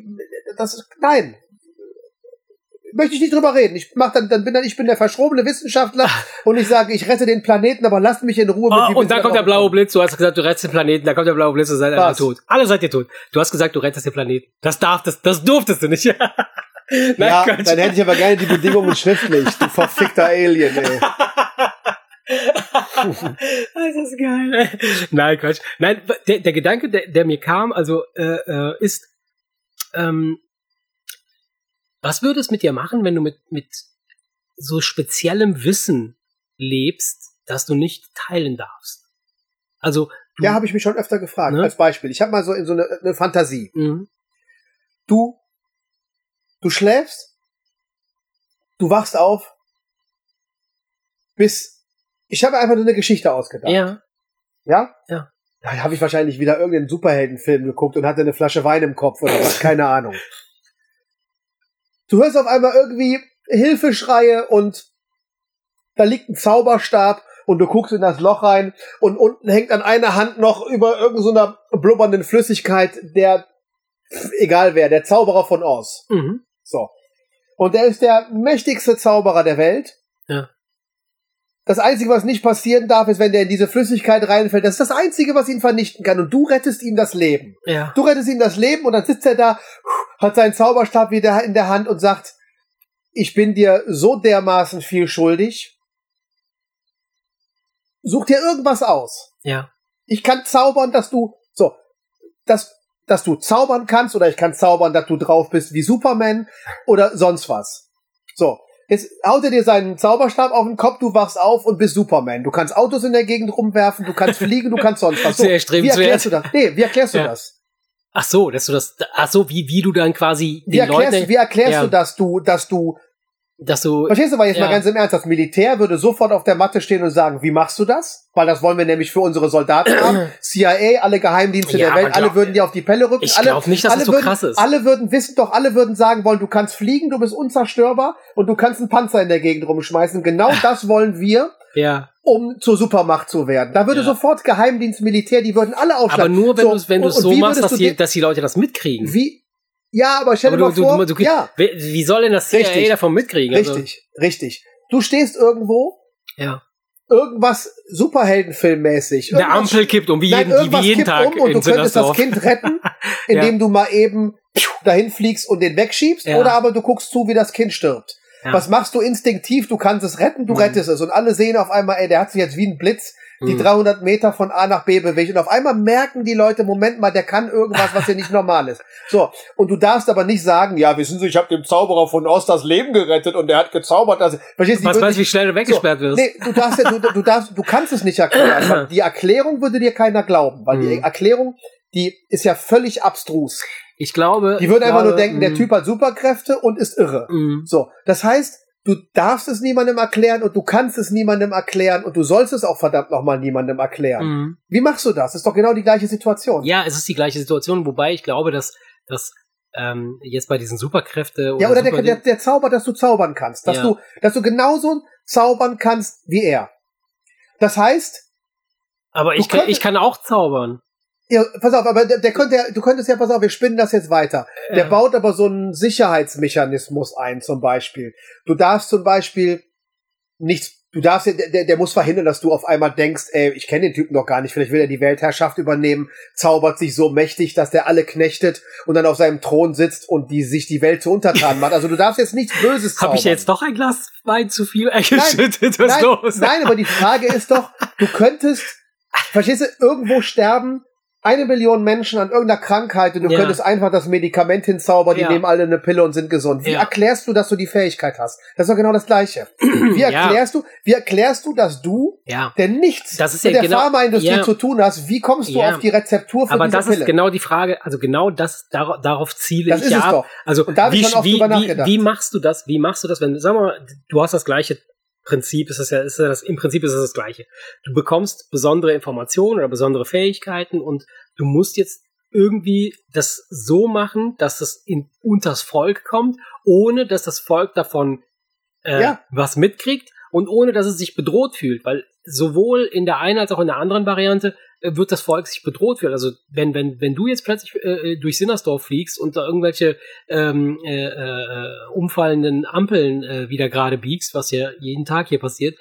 nein. Möchte ich nicht drüber reden. Ich bin der verschrobene Wissenschaftler und ich sage, ich rette den Planeten, aber lasst mich in Ruhe. Und dann kommt der blaue Blitz. Du hast gesagt, du rettest den Planeten. Da kommt der blaue Blitz und seid alle tot. Alle seid ihr tot. Du hast gesagt, du rettest den Planeten. Das durftest du nicht. Ja, Gott. Dann hätte ich aber gerne die Bedingungen schriftlich, du verfickter Alien, ey. Das ist geil. Nein, Quatsch. Nein, der Gedanke, der mir kam, also ist, was würde es mit dir machen, wenn du mit so speziellem Wissen lebst, das du nicht teilen darfst? Also ja, habe ich mich schon öfter gefragt, ne? Als Beispiel. Ich habe mal so in so eine Fantasie. Mhm. Du schläfst, du wachst auf, ich habe einfach nur eine Geschichte ausgedacht. Ja? Ja. Da habe ich wahrscheinlich wieder irgendeinen Superheldenfilm geguckt und hatte eine Flasche Wein im Kopf oder was, keine Ahnung. Du hörst auf einmal irgendwie Hilfeschreie und da liegt ein Zauberstab und du guckst in das Loch rein und unten hängt an einer Hand noch über irgendeiner blubbernden Flüssigkeit egal wer, der Zauberer von Oz. Mhm. So. Und der ist der mächtigste Zauberer der Welt. Ja. Das Einzige, was nicht passieren darf, ist, wenn der in diese Flüssigkeit reinfällt. Das ist das Einzige, was ihn vernichten kann. Und du rettest ihm das Leben. Ja. Du rettest ihm das Leben und dann sitzt er da, hat seinen Zauberstab wieder in der Hand und sagt, ich bin dir so dermaßen viel schuldig. Such dir irgendwas aus. Ja. Ich kann zaubern, dass du zaubern kannst, oder ich kann zaubern, dass du drauf bist wie Superman oder sonst was. So. Jetzt haut er dir seinen Zauberstab auf den Kopf, du wachst auf und bist Superman. Du kannst Autos in der Gegend rumwerfen, du kannst fliegen, du kannst sonst was. So, sehr erstrebenswert. Wie erklärst du das? Nee, wie erklärst du das? Ach so, wie du dann quasi wie erklärst du, dass du verstehst du, weil jetzt mal ganz im Ernst, das Militär würde sofort auf der Matte stehen und sagen, wie machst du das? Weil das wollen wir nämlich für unsere Soldaten haben. CIA, alle Geheimdienste der Welt, alle würden dir auf die Pelle rücken. Ich glaube nicht, dass das so krass ist. Alle würden sagen wollen, du kannst fliegen, du bist unzerstörbar und du kannst einen Panzer in der Gegend rumschmeißen. Genau das wollen wir. Ja. Um zur Supermacht zu werden. Da würde sofort Geheimdienst, Militär, die würden alle aufschlagen. Aber nur, wenn du es so machst, dass die Leute das mitkriegen. Ja, aber stell dir mal vor, wie soll denn das CIA davon mitkriegen? Richtig. Du stehst irgendwo, irgendwas Superheldenfilmmäßig. Der Ampel kippt um, wie jeden Tag. Und du könntest das Kind retten, indem du mal eben dahin fliegst und den wegschiebst, oder aber du guckst zu, wie das Kind stirbt. Ja. Was machst du instinktiv? Du kannst es retten, du rettest es. Und alle sehen auf einmal, der hat sich jetzt wie ein Blitz die 300 Meter von A nach B bewegt. Und auf einmal merken die Leute, Moment mal, der kann irgendwas, was hier nicht normal ist. So, und du darfst aber nicht sagen, ja, wissen Sie, ich habe dem Zauberer von Oz das Leben gerettet und der hat gezaubert. Verstehst du? Was weißt du, wie schnell du weggesperrt wirst? Nee, du kannst es nicht erklären. Weil die Erklärung würde dir keiner glauben. Weil die Erklärung, die ist ja völlig abstrus. Ich glaube... Die würden einfach nur denken, der Typ hat Superkräfte und ist irre. So, das heißt, du darfst es niemandem erklären und du kannst es niemandem erklären und du sollst es auch verdammt nochmal niemandem erklären. Wie machst du das? Ist doch genau die gleiche Situation. Ja, es ist die gleiche Situation, wobei ich glaube, dass jetzt bei diesen Superkräfte oder der Zauber, dass du zaubern kannst, dass du genauso zaubern kannst wie er. Das heißt, aber ich kann auch zaubern. Ja, pass auf, aber du könntest ja, pass auf, wir spinnen das jetzt weiter. Der baut aber so einen Sicherheitsmechanismus ein, zum Beispiel. Du darfst zum Beispiel der muss verhindern, dass du auf einmal denkst, ich kenne den Typen doch gar nicht, vielleicht will er die Weltherrschaft übernehmen, zaubert sich so mächtig, dass der alle knechtet und dann auf seinem Thron sitzt und sich die Welt zu untertan macht. Also du darfst jetzt nichts Böses zaubern. Habe ich jetzt doch ein Glas Wein zu viel eingeschüttet? Was ist los? Nein, aber die Frage ist doch, du könntest, verstehst du, irgendwo sterben 1 Million Menschen an irgendeiner Krankheit und du könntest einfach das Medikament hinzaubern, die nehmen alle eine Pille und sind gesund. Wie erklärst du, dass du die Fähigkeit hast? Das ist doch genau das Gleiche. Wie erklärst du, dass du, der nichts mit der Pharmaindustrie zu tun hast, wie kommst du auf die Rezeptur für diese Pille? Aber das ist genau die Frage, also genau darauf ziele ich ab. Doch. Also und da habe ich schon oft drüber nachgedacht. Wie machst du das, wenn, sag mal, du hast das gleiche Prinzip, im Prinzip ist es das Gleiche. Du bekommst besondere Informationen oder besondere Fähigkeiten und du musst jetzt irgendwie das so machen, dass es unters Volk kommt, ohne dass das Volk davon was mitkriegt und ohne dass es sich bedroht fühlt, weil sowohl in der einen als auch in der anderen Variante wird das Volk sich bedroht fühlen. Also wenn du jetzt plötzlich durch Sinnersdorf fliegst und da irgendwelche umfallenden Ampeln wieder gerade biegst, was ja jeden Tag hier passiert,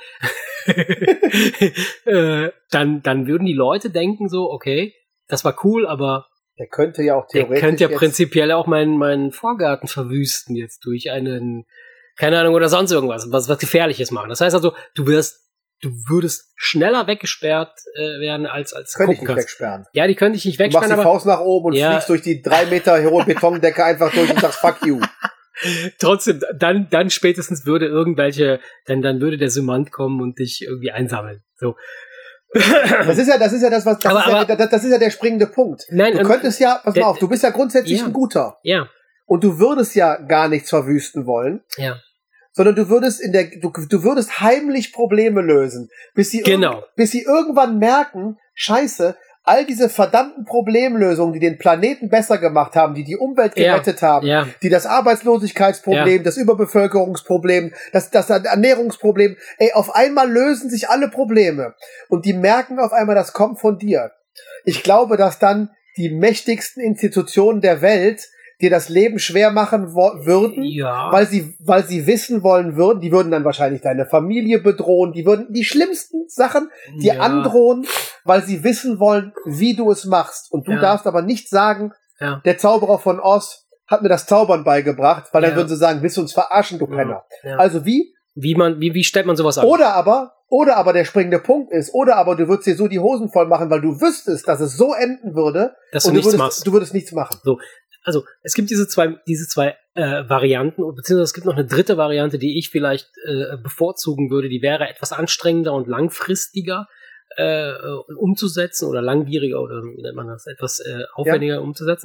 dann würden die Leute denken so, okay, das war cool, aber Der könnte ja auch theoretisch. Der könnte ja prinzipiell auch meinen Vorgarten verwüsten jetzt durch einen, keine Ahnung, oder sonst irgendwas, was Gefährliches machen. Das heißt also, du würdest schneller weggesperrt werden als könnte ich nicht wegsperren. Ja, die könnte ich nicht wegsperren. Du machst die Faust nach oben und fliegst durch die 3 Meter hohe Betondecke einfach durch und sagst fuck you. Trotzdem, dann spätestens würde dann würde der Summand kommen und dich irgendwie einsammeln. So. Das ist ja der springende Punkt. Nein, du könntest ja, pass mal auf, du bist ja grundsätzlich ein Guter. Ja. Und du würdest ja gar nichts verwüsten wollen. Ja. Sondern du würdest du würdest heimlich Probleme lösen, bis sie irgendwann merken, Scheiße, all diese verdammten Problemlösungen, die den Planeten besser gemacht haben, die Umwelt gerettet haben, die das Arbeitslosigkeitsproblem, das Überbevölkerungsproblem, das Ernährungsproblem, auf einmal lösen sich alle Probleme. Und die merken auf einmal, das kommt von dir. Ich glaube, dass dann die mächtigsten Institutionen der Welt dir das Leben schwer machen würden, weil sie wissen wollen würden, die würden dann wahrscheinlich deine Familie bedrohen, die würden die schlimmsten Sachen dir androhen, weil sie wissen wollen, wie du es machst. Und du darfst aber nicht sagen, der Zauberer von Oz hat mir das Zaubern beigebracht, weil dann würden sie sagen, willst du uns verarschen, du Penner. Ja. Also wie stellt man sowas an? Oder aber der springende Punkt ist, du würdest dir so die Hosen voll machen, weil du wüsstest, dass es so enden würde, dass du nichts machst. Du würdest nichts machen. So. Also, es gibt diese zwei Varianten, beziehungsweise es gibt noch eine dritte Variante, die ich vielleicht bevorzugen würde, die wäre etwas anstrengender und langfristiger umzusetzen oder langwieriger oder wie nennt man das, etwas aufwendiger umzusetzen.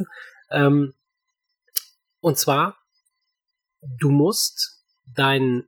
Und zwar, du musst dein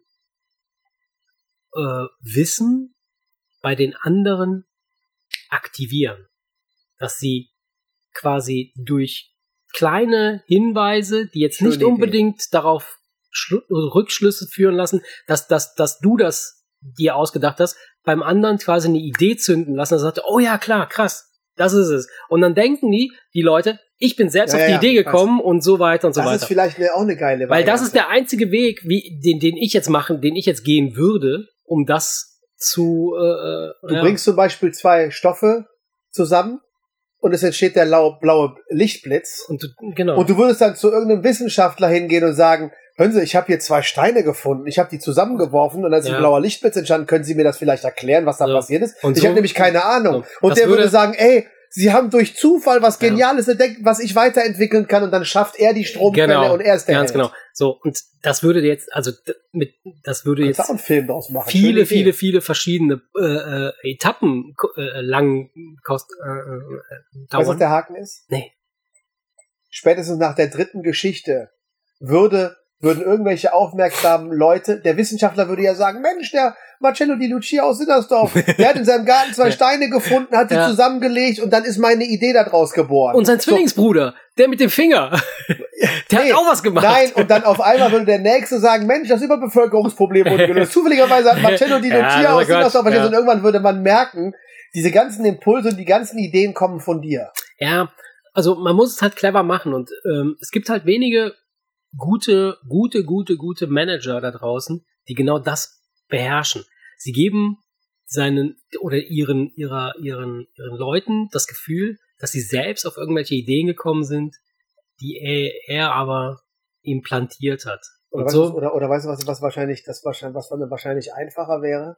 Wissen bei den anderen aktivieren, dass sie quasi durch kleine Hinweise, die jetzt nicht unbedingt darauf Rückschlüsse führen lassen, dass du das dir ausgedacht hast, beim anderen quasi eine Idee zünden lassen, dass er sagt, oh ja, klar, krass, das ist es. Und dann denken die Leute, ich bin selbst auf die Idee gekommen und so weiter und so weiter. Das ist vielleicht auch eine geile Variante. Weil das ist der einzige Weg, den ich jetzt gehen würde, um das zu Du bringst zum Beispiel 2 Stoffe zusammen und es entsteht der blaue Lichtblitz. Und du würdest dann zu irgendeinem Wissenschaftler hingehen und sagen, hören Sie, ich habe hier 2 Steine gefunden, ich habe die zusammengeworfen und dann ist ein blauer Lichtblitz entstanden, können Sie mir das vielleicht erklären, was da passiert ist? Und ich habe nämlich keine Ahnung. Und der würde sagen, Sie haben durch Zufall was Geniales entdeckt, was ich weiterentwickeln kann, und dann schafft er die Stromquelle und er ist der Held. Ganz genau. So, und das würde jetzt, auch einen Film draus machen. viele verschiedene Etappen lang dauern. Weißt du, was der Haken ist? Nee. Spätestens nach der 3. Geschichte würden irgendwelche aufmerksamen Leute, der Wissenschaftler würde ja sagen, Mensch, der Marcello Di Lucia aus Sinnersdorf, der hat in seinem Garten 2 Steine gefunden, hat die zusammengelegt und dann ist meine Idee daraus geboren. Und sein Zwillingsbruder, der mit dem Finger, der hat auch was gemacht. Nein, und dann auf einmal würde der Nächste sagen, Mensch, das Überbevölkerungsproblem wurde gelöst. Zufälligerweise hat Marcello Di Lucia aus Sinnersdorf und irgendwann würde man merken, diese ganzen Impulse und die ganzen Ideen kommen von dir. Ja, also man muss es halt clever machen und es gibt halt wenige gute Manager da draußen, die genau das beherrschen. Sie geben ihren Leuten das Gefühl, dass sie selbst auf irgendwelche Ideen gekommen sind, die er aber implantiert hat. Oder weißt du, was wahrscheinlich einfacher wäre?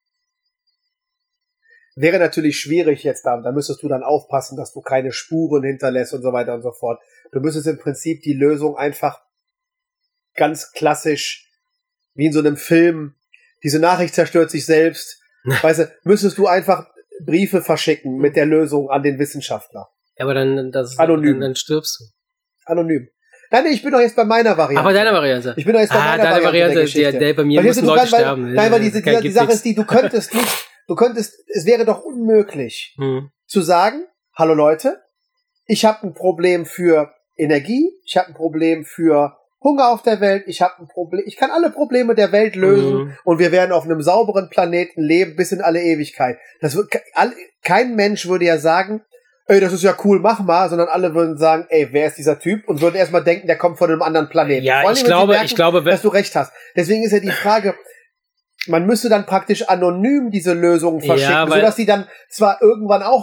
Wäre natürlich schwierig jetzt da müsstest du dann aufpassen, dass du keine Spuren hinterlässt und so weiter und so fort. Du müsstest im Prinzip die Lösung einfach ganz klassisch, wie in so einem Film, diese Nachricht zerstört sich selbst, weißt du, müsstest du einfach Briefe verschicken mit der Lösung an den Wissenschaftler. Ja, aber dann stirbst du. Anonym. Nein, ich bin doch jetzt bei meiner Variante. Aber deiner Variante. Ich bin doch jetzt bei meiner Variante. Der bei mir müssen Leute sterben. Nein, weil die Sache ist die, es wäre doch unmöglich zu sagen, hallo Leute, ich habe ein Problem für Energie, ich habe ein Problem für Hunger auf der Welt, ich kann alle Probleme der Welt lösen und wir werden auf einem sauberen Planeten leben bis in alle Ewigkeit. Kein Mensch würde ja sagen, ey, das ist ja cool, mach mal, sondern alle würden sagen, ey, wer ist dieser Typ? Und würden erstmal denken, der kommt von einem anderen Planeten. Ja, ich glaube, dass du recht hast. Deswegen ist ja die Frage, man müsste dann praktisch anonym diese Lösungen verschicken, sodass die dann zwar irgendwann auch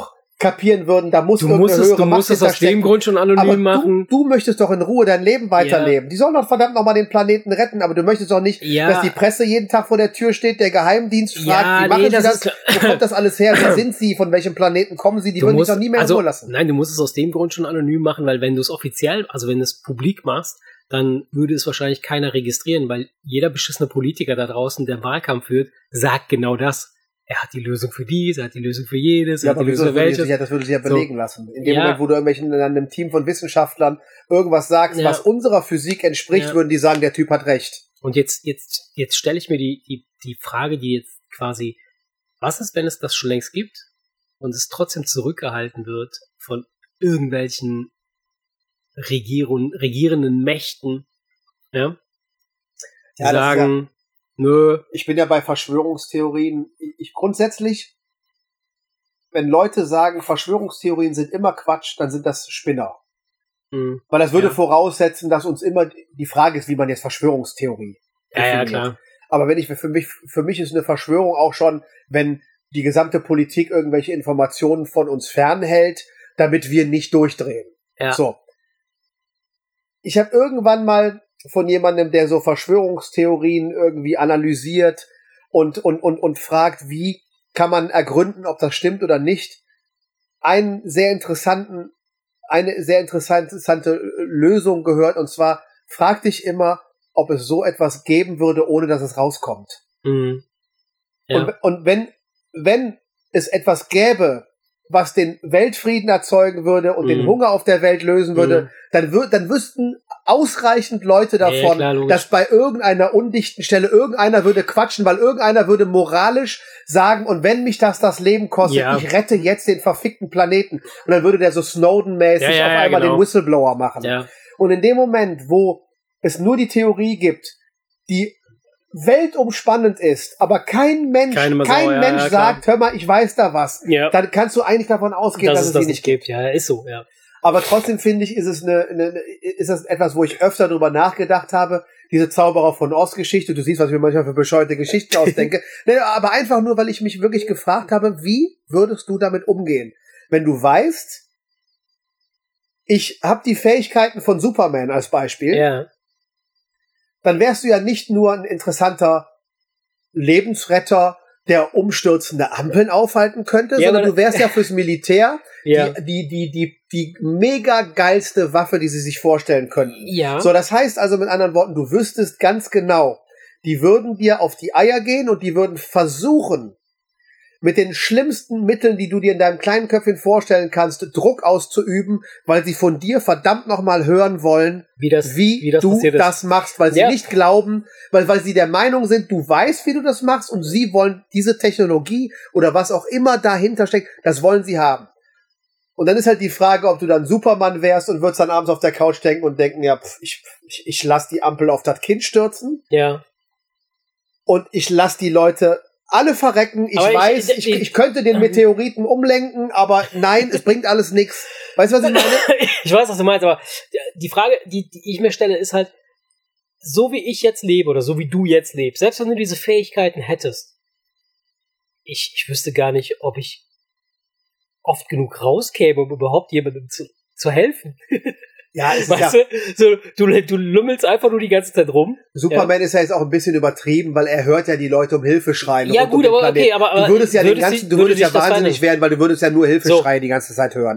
kapieren würden, da muss irgendeine höhere Macht es aus dem Grund schon anonym machen. Du möchtest doch in Ruhe dein Leben weiterleben. Die sollen doch verdammt nochmal den Planeten retten, aber du möchtest doch nicht, dass die Presse jeden Tag vor der Tür steht, der Geheimdienst fragt, wie machen sie das? Wo kommt das alles her? Wer sind sie? Von welchem Planeten kommen sie? Die würden dich doch nie mehr in Ruhe lassen. Nein, du musst es aus dem Grund schon anonym machen, weil wenn du es offiziell, also wenn du es publik machst, dann würde es wahrscheinlich keiner registrieren, weil jeder beschissene Politiker da draußen, der Wahlkampf führt, sagt genau das. Er hat die Lösung für dies, er hat die Lösung für jedes, er hat die Lösung für welches. Das würde sich ja belegen lassen. In dem Moment, wo du in einem Team von Wissenschaftlern irgendwas sagst, was unserer Physik entspricht, würden die sagen, der Typ hat recht. Und jetzt stelle ich mir die Frage, die jetzt quasi, was ist, wenn es das schon längst gibt und es trotzdem zurückgehalten wird von irgendwelchen regierenden Mächten, die sagen, nö. Ich bin ja bei Verschwörungstheorien. Ich grundsätzlich, wenn Leute sagen, Verschwörungstheorien sind immer Quatsch, dann sind das Spinner. Weil das würde voraussetzen, dass uns immer, die Frage ist, wie man jetzt Verschwörungstheorie definiert. Ja, klar. Aber für mich ist eine Verschwörung auch schon, wenn die gesamte Politik irgendwelche Informationen von uns fernhält, damit wir nicht durchdrehen. Ja. So. Ich habe irgendwann mal von jemandem, der so Verschwörungstheorien irgendwie analysiert und fragt, wie kann man ergründen, ob das stimmt oder nicht, eine sehr interessante Lösung gehört, und zwar frag dich immer, ob es so etwas geben würde, ohne dass es rauskommt. Mhm. Ja. Und wenn es etwas gäbe, was den Weltfrieden erzeugen würde und den Hunger auf der Welt lösen würde, dann wüssten ausreichend Leute davon, dass bei irgendeiner undichten Stelle irgendeiner würde quatschen, weil irgendeiner würde moralisch sagen, und wenn mich das Leben kostet, ich rette jetzt den verfickten Planeten. Und dann würde der so Snowden-mäßig auf einmal den Whistleblower machen. Ja. Und in dem Moment, wo es nur die Theorie gibt, die weltumspannend ist, aber kein Mensch sagt, hör mal, ich weiß da was, dann kannst du eigentlich davon ausgehen, dass es die nicht gibt. Ja, ist so, ja. Aber trotzdem finde ich, ist das etwas, wo ich öfter drüber nachgedacht habe, diese Zauberer von Oz-Geschichte. Du siehst, was ich mir manchmal für bescheuerte Geschichten ausdenke. Aber einfach nur, weil ich mich wirklich gefragt habe, wie würdest du damit umgehen? Wenn du weißt, ich habe die Fähigkeiten von Superman als Beispiel, dann wärst du ja nicht nur ein interessanter Lebensretter, der umstürzende Ampeln aufhalten könnte, sondern du wärst ja fürs Militär die mega geilste Waffe, die sie sich vorstellen könnten. Ja. So, das heißt also mit anderen Worten, du wüsstest ganz genau, die würden dir auf die Eier gehen und die würden versuchen, mit den schlimmsten Mitteln, die du dir in deinem kleinen Köpfchen vorstellen kannst, Druck auszuüben, weil sie von dir verdammt nochmal hören wollen, wie du das machst, weil sie nicht glauben, weil sie der Meinung sind, du weißt, wie du das machst, und sie wollen diese Technologie oder was auch immer dahinter steckt, das wollen sie haben. Und dann ist halt die Frage, ob du dann Superman wärst und würdest dann abends auf der Couch denken, ich lass die Ampel auf das Kind stürzen. Ja. Und ich lass die Leute alle verrecken. Ich könnte den Meteoriten umlenken, aber nein, es bringt alles nichts. Weißt du, was ich meine? Ich weiß, was du meinst, aber die Frage, die ich mir stelle, ist halt, so wie ich jetzt lebe oder so wie du jetzt lebst, selbst wenn du diese Fähigkeiten hättest, ich wüsste gar nicht, ob ich oft genug rauskäme, um überhaupt jemandem zu helfen. Ja, es weißt du, so, du lummelst einfach nur die ganze Zeit rum. Superman ist ja jetzt auch ein bisschen übertrieben, weil er hört ja die Leute um Hilfe schreien. Ja gut, aber okay, aber du würdest ja wahnsinnig werden, weil du würdest ja nur Hilfe schreien die ganze Zeit hören.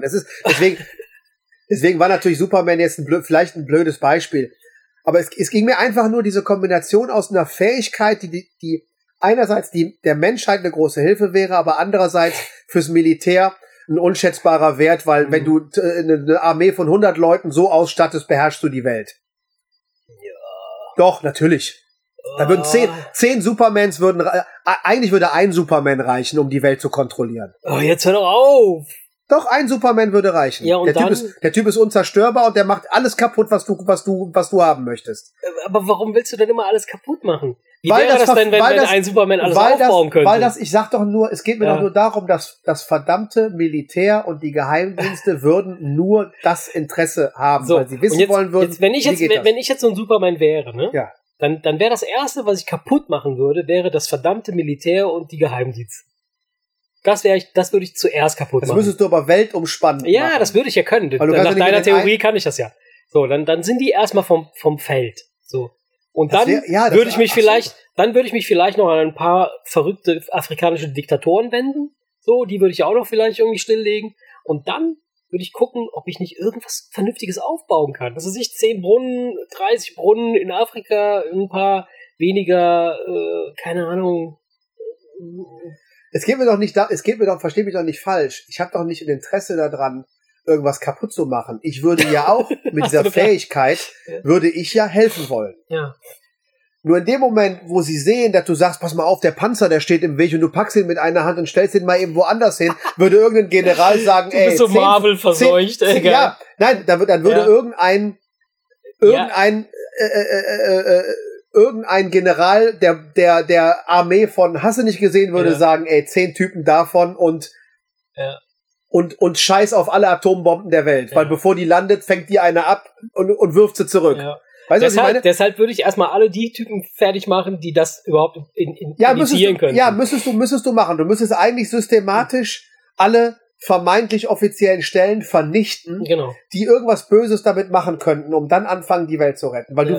Deswegen war natürlich Superman jetzt vielleicht ein blödes Beispiel. Aber es ging mir einfach nur diese Kombination aus einer Fähigkeit, die einerseits der Menschheit eine große Hilfe wäre, aber andererseits fürs Militär ein unschätzbarer Wert, weil wenn du eine Armee von 100 Leuten so ausstattest, beherrschst du die Welt. Ja. Doch, natürlich. Da würden 10 Supermans eigentlich würde ein Superman reichen, um die Welt zu kontrollieren. Oh, jetzt hör doch auf! Doch, ein Superman würde reichen. Ja, und der Typ ist unzerstörbar und der macht alles kaputt, was du haben möchtest. Aber warum willst du denn immer alles kaputt machen? Wie wäre das denn, wenn ein Superman alles aufbauen könnte? Ich sag doch nur, es geht mir doch nur darum, dass das verdammte Militär und die Geheimdienste würden nur das Interesse haben, weil sie wissen wollen würden, wenn ich jetzt so ein Superman wäre, ne? Ja. Dann wäre das Erste, was ich kaputt machen würde, wäre das verdammte Militär und die Geheimdienste. das würde ich zuerst kaputt machen. Das müsstest du aber weltumspannend machen. Ja, das würde ich ja können. Nach deiner Theorie kann ich das ja. So, dann sind die erstmal vom Feld. So. Und dann würde ich mich vielleicht noch an ein paar verrückte afrikanische Diktatoren wenden. So, die würde ich auch noch vielleicht irgendwie stilllegen. Und dann würde ich gucken, ob ich nicht irgendwas Vernünftiges aufbauen kann. Also 10 Brunnen, 30 Brunnen in Afrika, ein paar weniger, keine Ahnung. Versteh mich doch nicht falsch. Ich habe doch nicht ein Interesse daran, irgendwas kaputt zu machen. Ich würde ja auch mit dieser Fähigkeit, würde ich ja helfen wollen. Ja. Nur in dem Moment, wo sie sehen, dass du sagst, pass mal auf, der Panzer, der steht im Weg und du packst ihn mit einer Hand und stellst ihn mal eben woanders hin, würde irgendein General sagen, du bist so Marvel verseucht. Ja, nein, dann würde irgendein General der Armee von Hasse nicht gesehen würde sagen, 10 Typen davon und scheiß auf alle Atombomben der Welt, weil bevor die landet, fängt die eine ab und wirft sie zurück. Ja. Weißt du, was ich meine? Deshalb würde ich erstmal alle die Typen fertig machen, die das überhaupt initiieren können. Ja, müsstest du machen. Du müsstest eigentlich systematisch alle vermeintlich offiziellen Stellen vernichten, die irgendwas Böses damit machen könnten, um dann anfangen, die Welt zu retten. Weil du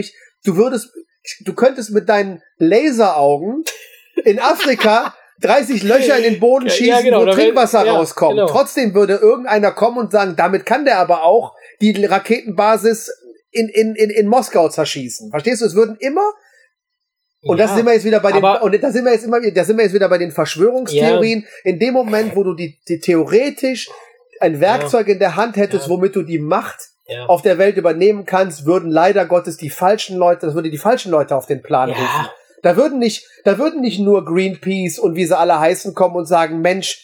könntest mit deinen Laseraugen in Afrika 30 Löcher in den Boden schießen, wo Trinkwasser rauskommt. Genau. Trotzdem würde irgendeiner kommen und sagen, damit kann der aber auch die Raketenbasis in Moskau zerschießen. Verstehst du? Es würden immer, und da sind wir jetzt wieder bei den Verschwörungstheorien. In dem Moment, wo du die theoretisch ein Werkzeug in der Hand hättest, womit du die Macht auf der Welt übernehmen kannst, würden leider Gottes die falschen Leute auf den Plan rufen. Da würden nicht nur Greenpeace und wie sie alle heißen kommen und sagen, Mensch,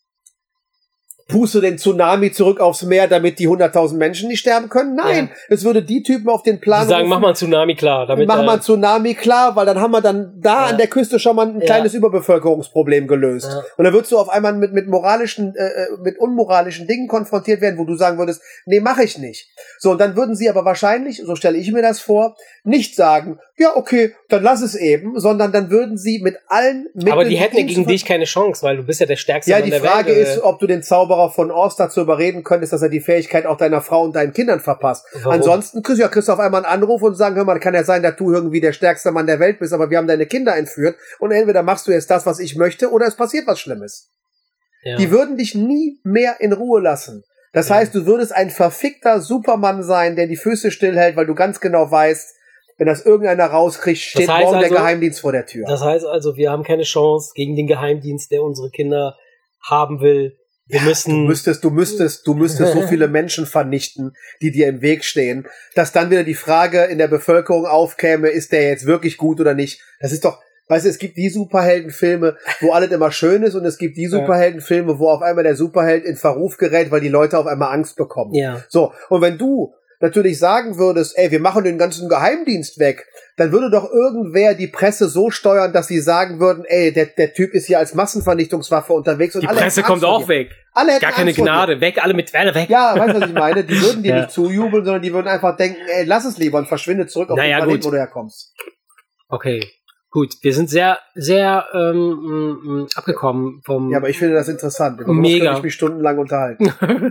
puste den Tsunami zurück aufs Meer, damit die 100.000 Menschen nicht sterben können? Nein, es würde die Typen auf den Plan die sagen, mach mal einen Tsunami klar. Mach mal einen Tsunami klar, weil dann haben wir dann an der Küste schon mal ein kleines Überbevölkerungsproblem gelöst. Ja. Und dann würdest du auf einmal mit unmoralischen Dingen konfrontiert werden, wo du sagen würdest, nee, mache ich nicht. So, und dann würden sie aber wahrscheinlich, so stelle ich mir das vor, nicht sagen, ja, okay, dann lass es eben, sondern dann würden sie mit allen Mitteln... Aber die hätten ja gegen dich keine Chance, weil du bist ja der stärkste Mann der Welt. Ja, die Frage ist, ob du den Zauberer von Oz dazu überreden könntest, dass er die Fähigkeit auch deiner Frau und deinen Kindern verpasst. Warum? Ansonsten kriegst du auf einmal einen Anruf und sagen, hör mal, kann ja sein, dass du irgendwie der stärkste Mann der Welt bist, aber wir haben deine Kinder entführt und entweder machst du jetzt das, was ich möchte, oder es passiert was Schlimmes. Ja. Die würden dich nie mehr in Ruhe lassen. Das heißt, du würdest ein verfickter Supermann sein, der die Füße stillhält, weil du ganz genau weißt, wenn das irgendeiner rauskriegt, steht morgen der Geheimdienst vor der Tür. Das heißt also, wir haben keine Chance gegen den Geheimdienst, der unsere Kinder haben will. Du müsstest so viele Menschen vernichten, die dir im Weg stehen, dass dann wieder die Frage in der Bevölkerung aufkäme, ist der jetzt wirklich gut oder nicht? Das ist doch, weißt du, es gibt die Superheldenfilme, wo alles immer schön ist, und es gibt die Superheldenfilme, wo auf einmal der Superheld in Verruf gerät, weil die Leute auf einmal Angst bekommen. Ja. So, und wenn du natürlich sagen würdest, wir machen den ganzen Geheimdienst weg, dann würde doch irgendwer die Presse so steuern, dass sie sagen würden, der Typ ist hier als Massenvernichtungswaffe unterwegs. Und die Presse kommt auch weg. Alle hätten gar keine Gnade, weg, alle mit Welle weg. Ja, weißt du, was ich meine? Die würden dir nicht zujubeln, sondern die würden einfach denken, lass es lieber und verschwinde zurück auf den Planeten, wo du herkommst. Okay, gut. Wir sind sehr, sehr abgekommen vom... Ja, aber ich finde das interessant. Über mega. Kann ich mich stundenlang unterhalten.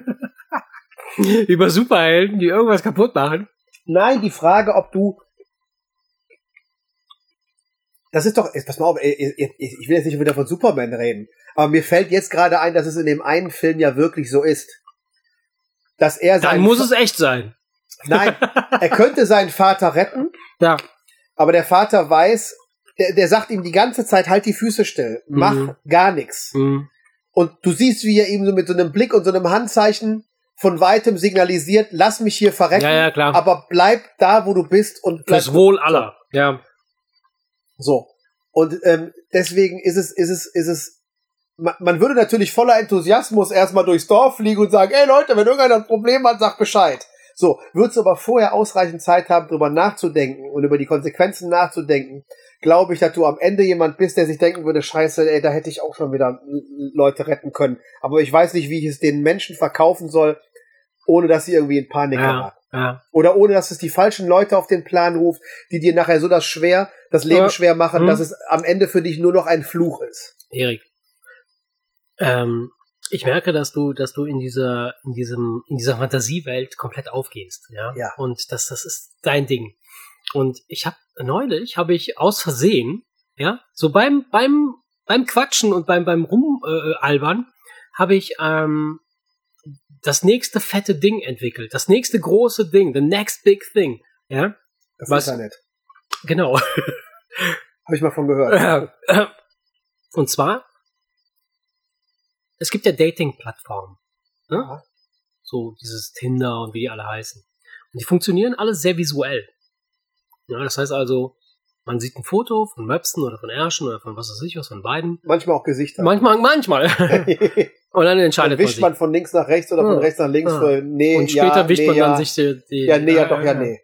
Über Superhelden, die irgendwas kaputt machen? Nein, die Frage, ob du... Das ist doch... Pass mal auf, ich will jetzt nicht wieder von Superman reden, aber mir fällt jetzt gerade ein, dass es in dem einen Film ja wirklich so ist. Dass er Dann muss es echt sein. Nein, er könnte seinen Vater retten, ja. Aber der Vater weiß, der sagt ihm die ganze Zeit, halt die Füße still, mach gar nichts. Mhm. Und du siehst, wie er ihm so mit so einem Blick und so einem Handzeichen von weitem signalisiert, lass mich hier verrecken, ja, klar. Aber bleib da, wo du bist und bleib. Fürs Wohl aller, ja. So. Und deswegen ist es, man würde natürlich voller Enthusiasmus erstmal durchs Dorf fliegen und sagen, Leute, wenn irgendeiner ein Problem hat, sagt Bescheid. So, würdest du aber vorher ausreichend Zeit haben, drüber nachzudenken und über die Konsequenzen nachzudenken, glaube ich, dass du am Ende jemand bist, der sich denken würde, scheiße, da hätte ich auch schon wieder Leute retten können. Aber ich weiß nicht, wie ich es den Menschen verkaufen soll, ohne dass sie irgendwie in Panik geraten. Ja. Oder ohne, dass es die falschen Leute auf den Plan ruft, die dir nachher so das Leben schwer machen, dass es am Ende für dich nur noch ein Fluch ist. Erik, Ich merke, dass du in dieser Fantasiewelt komplett aufgehst, ja. Und das ist dein Ding. Und neulich habe ich aus Versehen, ja, so beim Quatschen und beim Rumalbern habe ich das nächste fette Ding entwickelt, das nächste große Ding, the next big thing, ja. Das Internet. Genau. Habe ich mal von gehört. Und zwar, es gibt ja Dating-Plattformen, ne? Ja. So dieses Tinder und wie die alle heißen. Und die funktionieren alle sehr visuell. Ja, das heißt also, man sieht ein Foto von Möpsen oder von Ärschen oder von was weiß ich was, von beiden. Manchmal auch Gesichter. Manchmal. Und dann entscheidet man sich. Wischt man von links nach rechts oder von rechts nach links. Ja. Nee, und später wischt man dann sich die nee.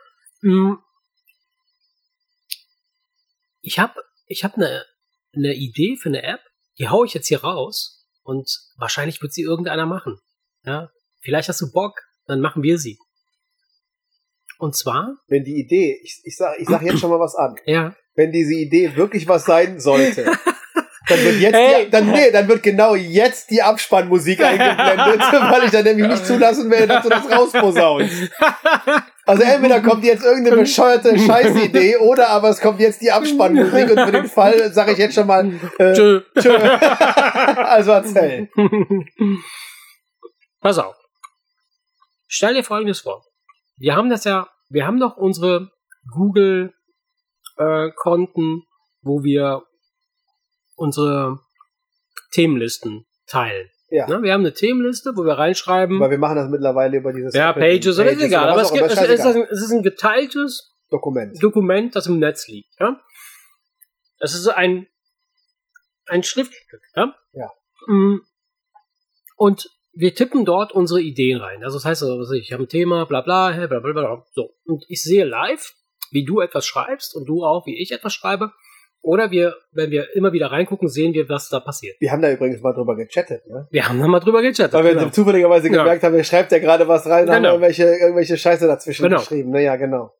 Ich hab eine Idee für eine App, die hau ich jetzt hier raus und wahrscheinlich wird sie irgendeiner machen. Ja? Vielleicht hast du Bock, dann machen wir sie. Und zwar? Wenn die Idee, ich sag jetzt schon mal was an. Ja. Wenn diese Idee wirklich was sein sollte, dann wird jetzt dann wird genau jetzt die Abspannmusik eingeblendet, weil ich dann nämlich nicht zulassen werde, dass du das rausposaunst. Also entweder kommt jetzt irgendeine bescheuerte Scheißidee oder aber es kommt jetzt die Abspannmusik und für den Fall sage ich jetzt schon mal tschö. Also erzähl. Pass auf. Stell dir Folgendes vor. Wir haben doch unsere Google-Konten, wo wir unsere Themenlisten teilen. Ja. Ne? Wir haben eine Themenliste, wo wir reinschreiben. Weil wir machen das mittlerweile über dieses Pages oder ist egal. Aber es ist ein geteiltes Dokument, das im Netz liegt. Ja? Das ist ein Schriftstück. Ja? Ja. Und wir tippen dort unsere Ideen rein. Also das heißt, ich habe ein Thema, bla bla, bla bla bla. So. Und ich sehe live, wie du etwas schreibst und du auch, wie ich etwas schreibe. Oder wenn wir immer wieder reingucken, sehen wir, was da passiert. Wir haben da übrigens mal drüber gechattet, ne? Wir haben da mal drüber gechattet. Weil wir zufälligerweise gemerkt haben, er schreibt ja gerade was rein, haben irgendwelche Scheiße dazwischen geschrieben. Naja, genau.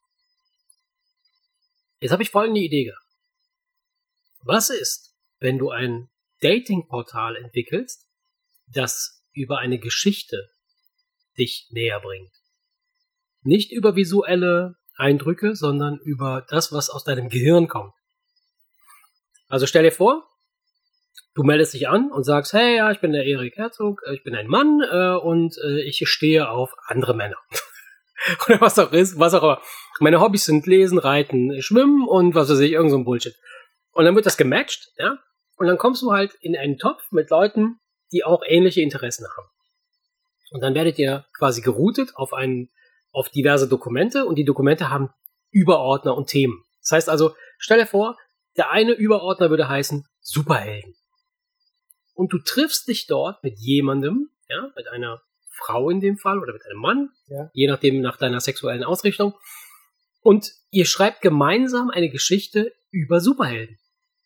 Jetzt habe ich folgende Idee gehabt. Was ist, wenn du ein Dating-Portal entwickelst, das über eine Geschichte dich näher bringt? Nicht über visuelle Eindrücke, sondern über das, was aus deinem Gehirn kommt. Also stell dir vor, du meldest dich an und sagst, hey, ja, ich bin der Erik Herzog, ich bin ein Mann und ich stehe auf andere Männer. Oder was auch immer. Meine Hobbys sind Lesen, Reiten, Schwimmen und was weiß ich, irgend so ein Bullshit. Und dann wird das gematcht, ja, und dann kommst du halt in einen Topf mit Leuten, die auch ähnliche Interessen haben. Und dann werdet ihr quasi geroutet auf diverse Dokumente und die Dokumente haben Überordner und Themen. Das heißt also, stell dir vor, der eine Überordner würde heißen Superhelden. Und du triffst dich dort mit jemandem, ja, mit einer Frau in dem Fall oder mit einem Mann, ja, je nachdem nach deiner sexuellen Ausrichtung. Und ihr schreibt gemeinsam eine Geschichte über Superhelden.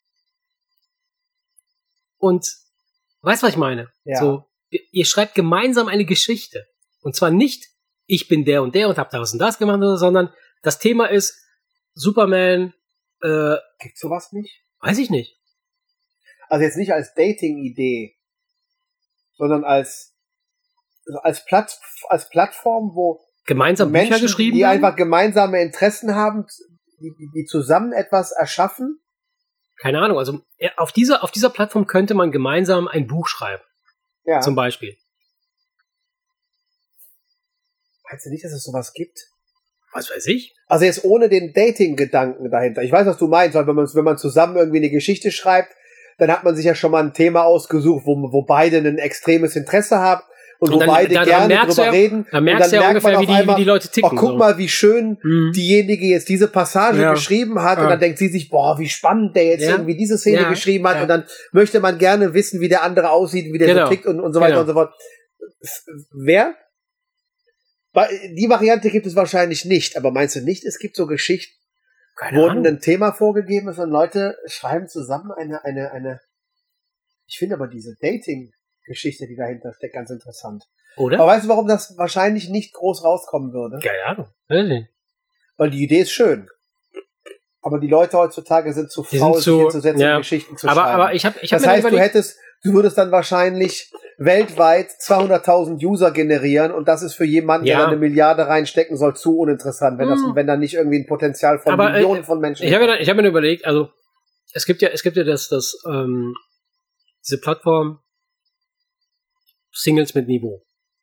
Und weißt du, was ich meine? Ja. So, ihr schreibt gemeinsam eine Geschichte. Und zwar nicht, ich bin der und hab das und das gemacht, sondern das Thema ist Superman. Gibt's sowas nicht? Weiß ich nicht. Also jetzt nicht als Dating-Idee, sondern als Plattform, wo gemeinsam Menschen, Bücher geschrieben die haben? einfach gemeinsame Interessen haben, die zusammen etwas erschaffen. Keine Ahnung, also auf dieser Plattform könnte man gemeinsam ein Buch schreiben. Ja. Zum Beispiel. Meinst du nicht, dass es sowas gibt? Was weiß ich? Also jetzt ohne den Dating-Gedanken dahinter. Ich weiß, was du meinst, weil wenn man zusammen irgendwie eine Geschichte schreibt, dann hat man sich ja schon mal ein Thema ausgesucht, wo beide ein extremes Interesse haben und wo beide gerne drüber reden. Dann merkst du ja ungefähr, wie die Leute ticken. Oh, guck mal, wie schön diejenige jetzt diese Passage geschrieben hat. Und dann denkt sie sich, boah, wie spannend der jetzt irgendwie diese Szene geschrieben hat. Und dann möchte man gerne wissen, wie der andere aussieht, wie der so tickt und so weiter und so fort. Die Variante gibt es wahrscheinlich nicht. Aber meinst du nicht, es gibt so Geschichten, wo ein Thema vorgegeben ist und Leute schreiben zusammen eine ich finde aber diese Dating-Geschichte, die dahinter steckt, ganz interessant. Oder? Aber weißt du, warum das wahrscheinlich nicht groß rauskommen würde? Keine Ahnung. Really? Weil die Idee ist schön. Aber die Leute heutzutage sind zu faul, sich hinzusetzen und Geschichten zu schreiben. Aber ich hab das heißt, du würdest dann wahrscheinlich weltweit 200.000 User generieren und das ist für jemanden, der da 1 Milliarde reinstecken soll, zu uninteressant, wenn da nicht irgendwie ein Potenzial von Millionen von Menschen ist. Ich habe mir überlegt, also es gibt ja diese Plattform Singles mit Niveau.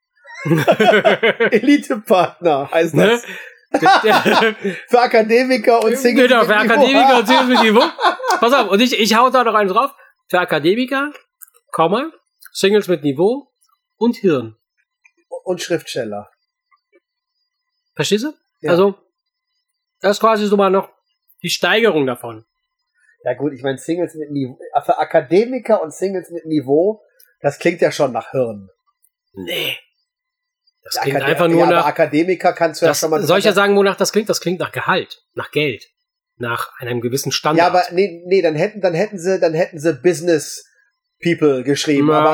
Elite-Partner heißt das. Für Akademiker und Singles mit Niveau. Genau, für Akademiker und Singles mit Niveau. Pass auf, und ich hau da noch einen drauf. Für Akademiker, Singles mit Niveau und Hirn. Und Schriftsteller. Verstehst du? Ja. Also, das ist quasi so mal noch die Steigerung davon. Ja gut, ich meine Singles mit Niveau, für Akademiker und Singles mit Niveau, das klingt ja schon nach Hirn. Nee. Das klingt einfach nur nach... Akademiker kannst du ja schon mal... Soll ich ja sagen, wonach das klingt? Das klingt nach Gehalt, nach Geld, nach einem gewissen Standard. Ja, aber nee, dann hätten sie Business People geschrieben. Aber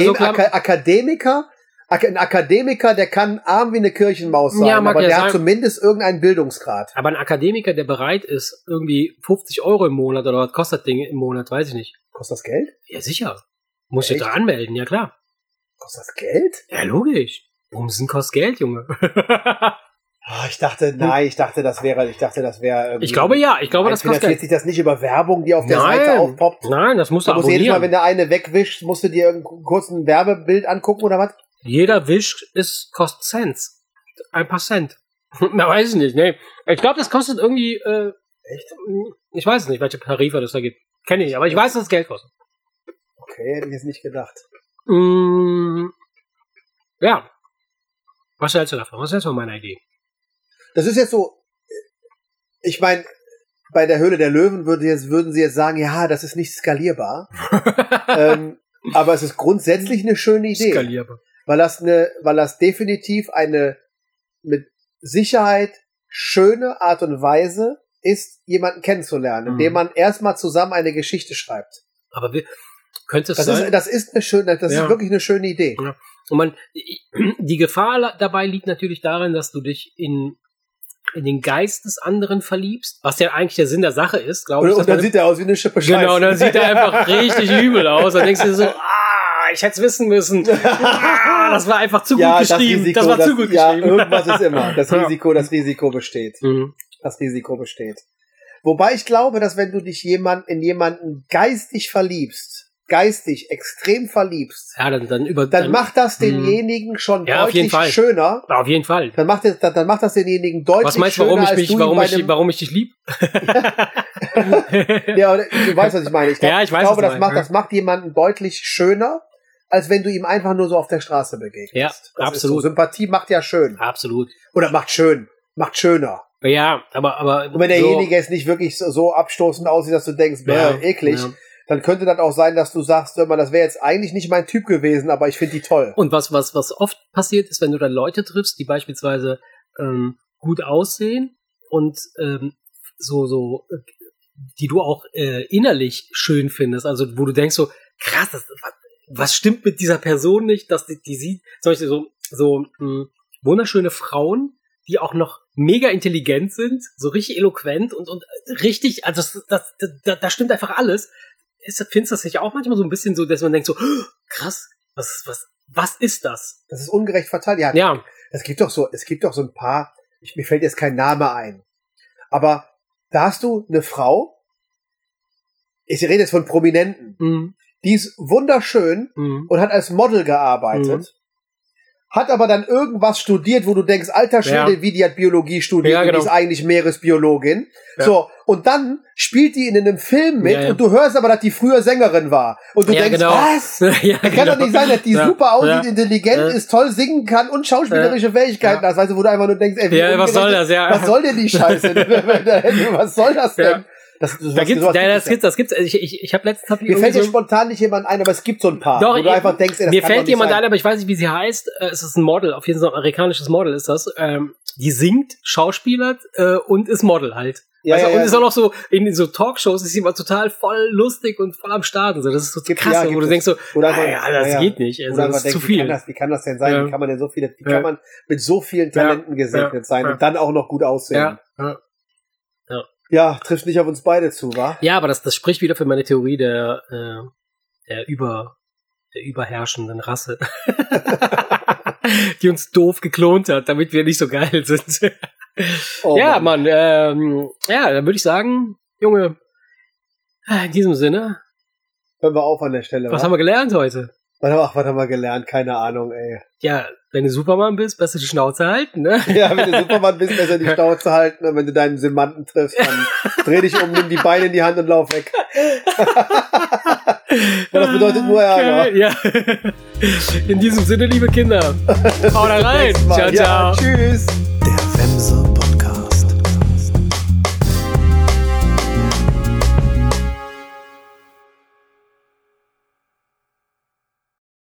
ein Akademiker, der kann arm wie eine Kirchenmaus sein, aber der hat zumindest irgendeinen Bildungsgrad. Aber ein Akademiker, der bereit ist, irgendwie 50 € im Monat oder was kostet das Ding im Monat, weiß ich nicht. Kostet das Geld? Ja, sicher. Muss ich da anmelden, ja klar. Kostet das Geld? Ja, logisch. Bumsen kostet Geld, Junge. Ich dachte, das wäre irgendwie... Ich glaube, das kostet Geld. Sich das nicht über Werbung, die auf der Seite aufpoppt? Nein, das musst du abonnieren. Jedes Mal, wenn der eine wegwischt, musst du dir einen kurzen Werbebild angucken oder was? Jeder Wisch kostet Cents. Ein paar Cent. Na, weiß ich nicht, nee. Ich glaube, das kostet irgendwie, Echt? Ich weiß nicht, welche Tarife das da gibt. Kenne ich, aber ich weiß, dass es Geld kostet. Okay, hätte ich jetzt nicht gedacht. Ja. Was hältst du davon? Was hältst du von meiner Idee? Das ist jetzt so, ich meine, bei der Höhle der Löwen würden sie jetzt sagen, ja, das ist nicht skalierbar. Aber es ist grundsätzlich eine schöne Idee. Skalierbar. Weil das definitiv eine mit Sicherheit schöne Art und Weise ist, jemanden kennenzulernen, indem man erstmal zusammen eine Geschichte schreibt. Aber könnte es sein? Das ist wirklich eine schöne Idee. Ja. Und die Gefahr dabei liegt natürlich darin, dass du dich in den Geist des anderen verliebst, was ja eigentlich der Sinn der Sache ist, glaube ich. Und dann sieht er aus wie eine Schippe Scheiße. Genau, und dann sieht er einfach richtig übel aus. Dann denkst du dir so, ich hätte es wissen müssen. Das war einfach zu gut geschrieben. Das war zu gut geschrieben. Ja, irgendwas ist immer. Das Risiko besteht. Mhm. Das Risiko besteht. Wobei ich glaube, dass wenn du dich in jemanden geistig extrem verliebst, ja, dann macht das denjenigen schon deutlich schöner. Auf jeden Fall. Dann macht das denjenigen deutlich schöner. Was meinst du, warum ich dich lieb? Ja, du weißt, was ich meine. Ich glaube, das macht jemanden deutlich schöner, als wenn du ihm einfach nur so auf der Straße begegnest. Ja, absolut. So. Sympathie macht ja schön. Absolut. Oder macht schöner. Ja, aber und wenn derjenige jetzt nicht wirklich so abstoßend aussieht, dass du denkst, eklig, dann könnte das auch sein, dass du sagst, das wäre jetzt eigentlich nicht mein Typ gewesen, aber ich finde die toll. Und was oft passiert ist, wenn du dann Leute triffst, die beispielsweise gut aussehen und die du auch innerlich schön findest, also wo du denkst so, krass, was stimmt mit dieser Person nicht, dass die sieht, zum Beispiel so wunderschöne Frauen, die auch noch mega intelligent sind, so richtig eloquent und richtig, also da stimmt einfach alles. Findest du das nicht auch manchmal so ein bisschen so, dass man denkt so, krass, was ist das? Das ist ungerecht verteilt. Ja. Es gibt doch so ein paar, mir fällt jetzt kein Name ein, aber da hast du eine Frau, ich rede jetzt von Prominenten, die ist wunderschön und hat als Model gearbeitet, hat aber dann irgendwas studiert, wo du denkst, alter Schwede, wie die hat Biologie studiert, und die ist eigentlich Meeresbiologin. Ja. So, und dann spielt die in einem Film mit und du hörst aber, dass die früher Sängerin war. Und du denkst, was? Kann doch nicht sein, dass die super aussieht, intelligent ist, toll singen kann und schauspielerische Fähigkeiten hat. Weißt du, wo du einfach nur denkst, was soll das? Was soll denn die Scheiße? Was soll das denn? Das gibt's. Ich habe letztens mir fällt jetzt spontan nicht jemand ein, aber es gibt so ein paar. Doch, wo du einfach denkst, mir fällt jemand ein, aber ich weiß nicht, wie sie heißt. Es ist ein Model, auf jeden Fall ein amerikanisches Model ist das. Die singt, schauspielert und ist Model halt. Und ist auch noch so in so Talkshows ist sie immer total voll lustig und voll am Start und so. Das ist so krass, wo du denkst so, das geht nicht. Also, das ist zu viel. Wie kann das denn sein? Ja. Wie kann man mit so vielen Talenten gesegnet sein und dann auch noch gut aussehen? Ja, trifft nicht auf uns beide zu, wa? Ja, aber das spricht wieder für meine Theorie der der überherrschenden Rasse, die uns doof geklont hat, damit wir nicht so geil sind. Ja, Mann, dann würde ich sagen, Junge, in diesem Sinne. Hören wir auf an der Stelle. Was haben wir gelernt heute? Was haben wir gelernt? Keine Ahnung, ey. Ja, wenn du Superman bist, besser die Schnauze halten, ne? Ja, wenn du Superman bist, besser die Schnauze halten. Und wenn du deinen Semanten triffst, dann dreh dich um, nimm die Beine in die Hand und lauf weg. Das bedeutet nur Ärger. Okay, ja. In diesem Sinne, liebe Kinder, haut rein. Ciao, ciao. Ja, tschüss.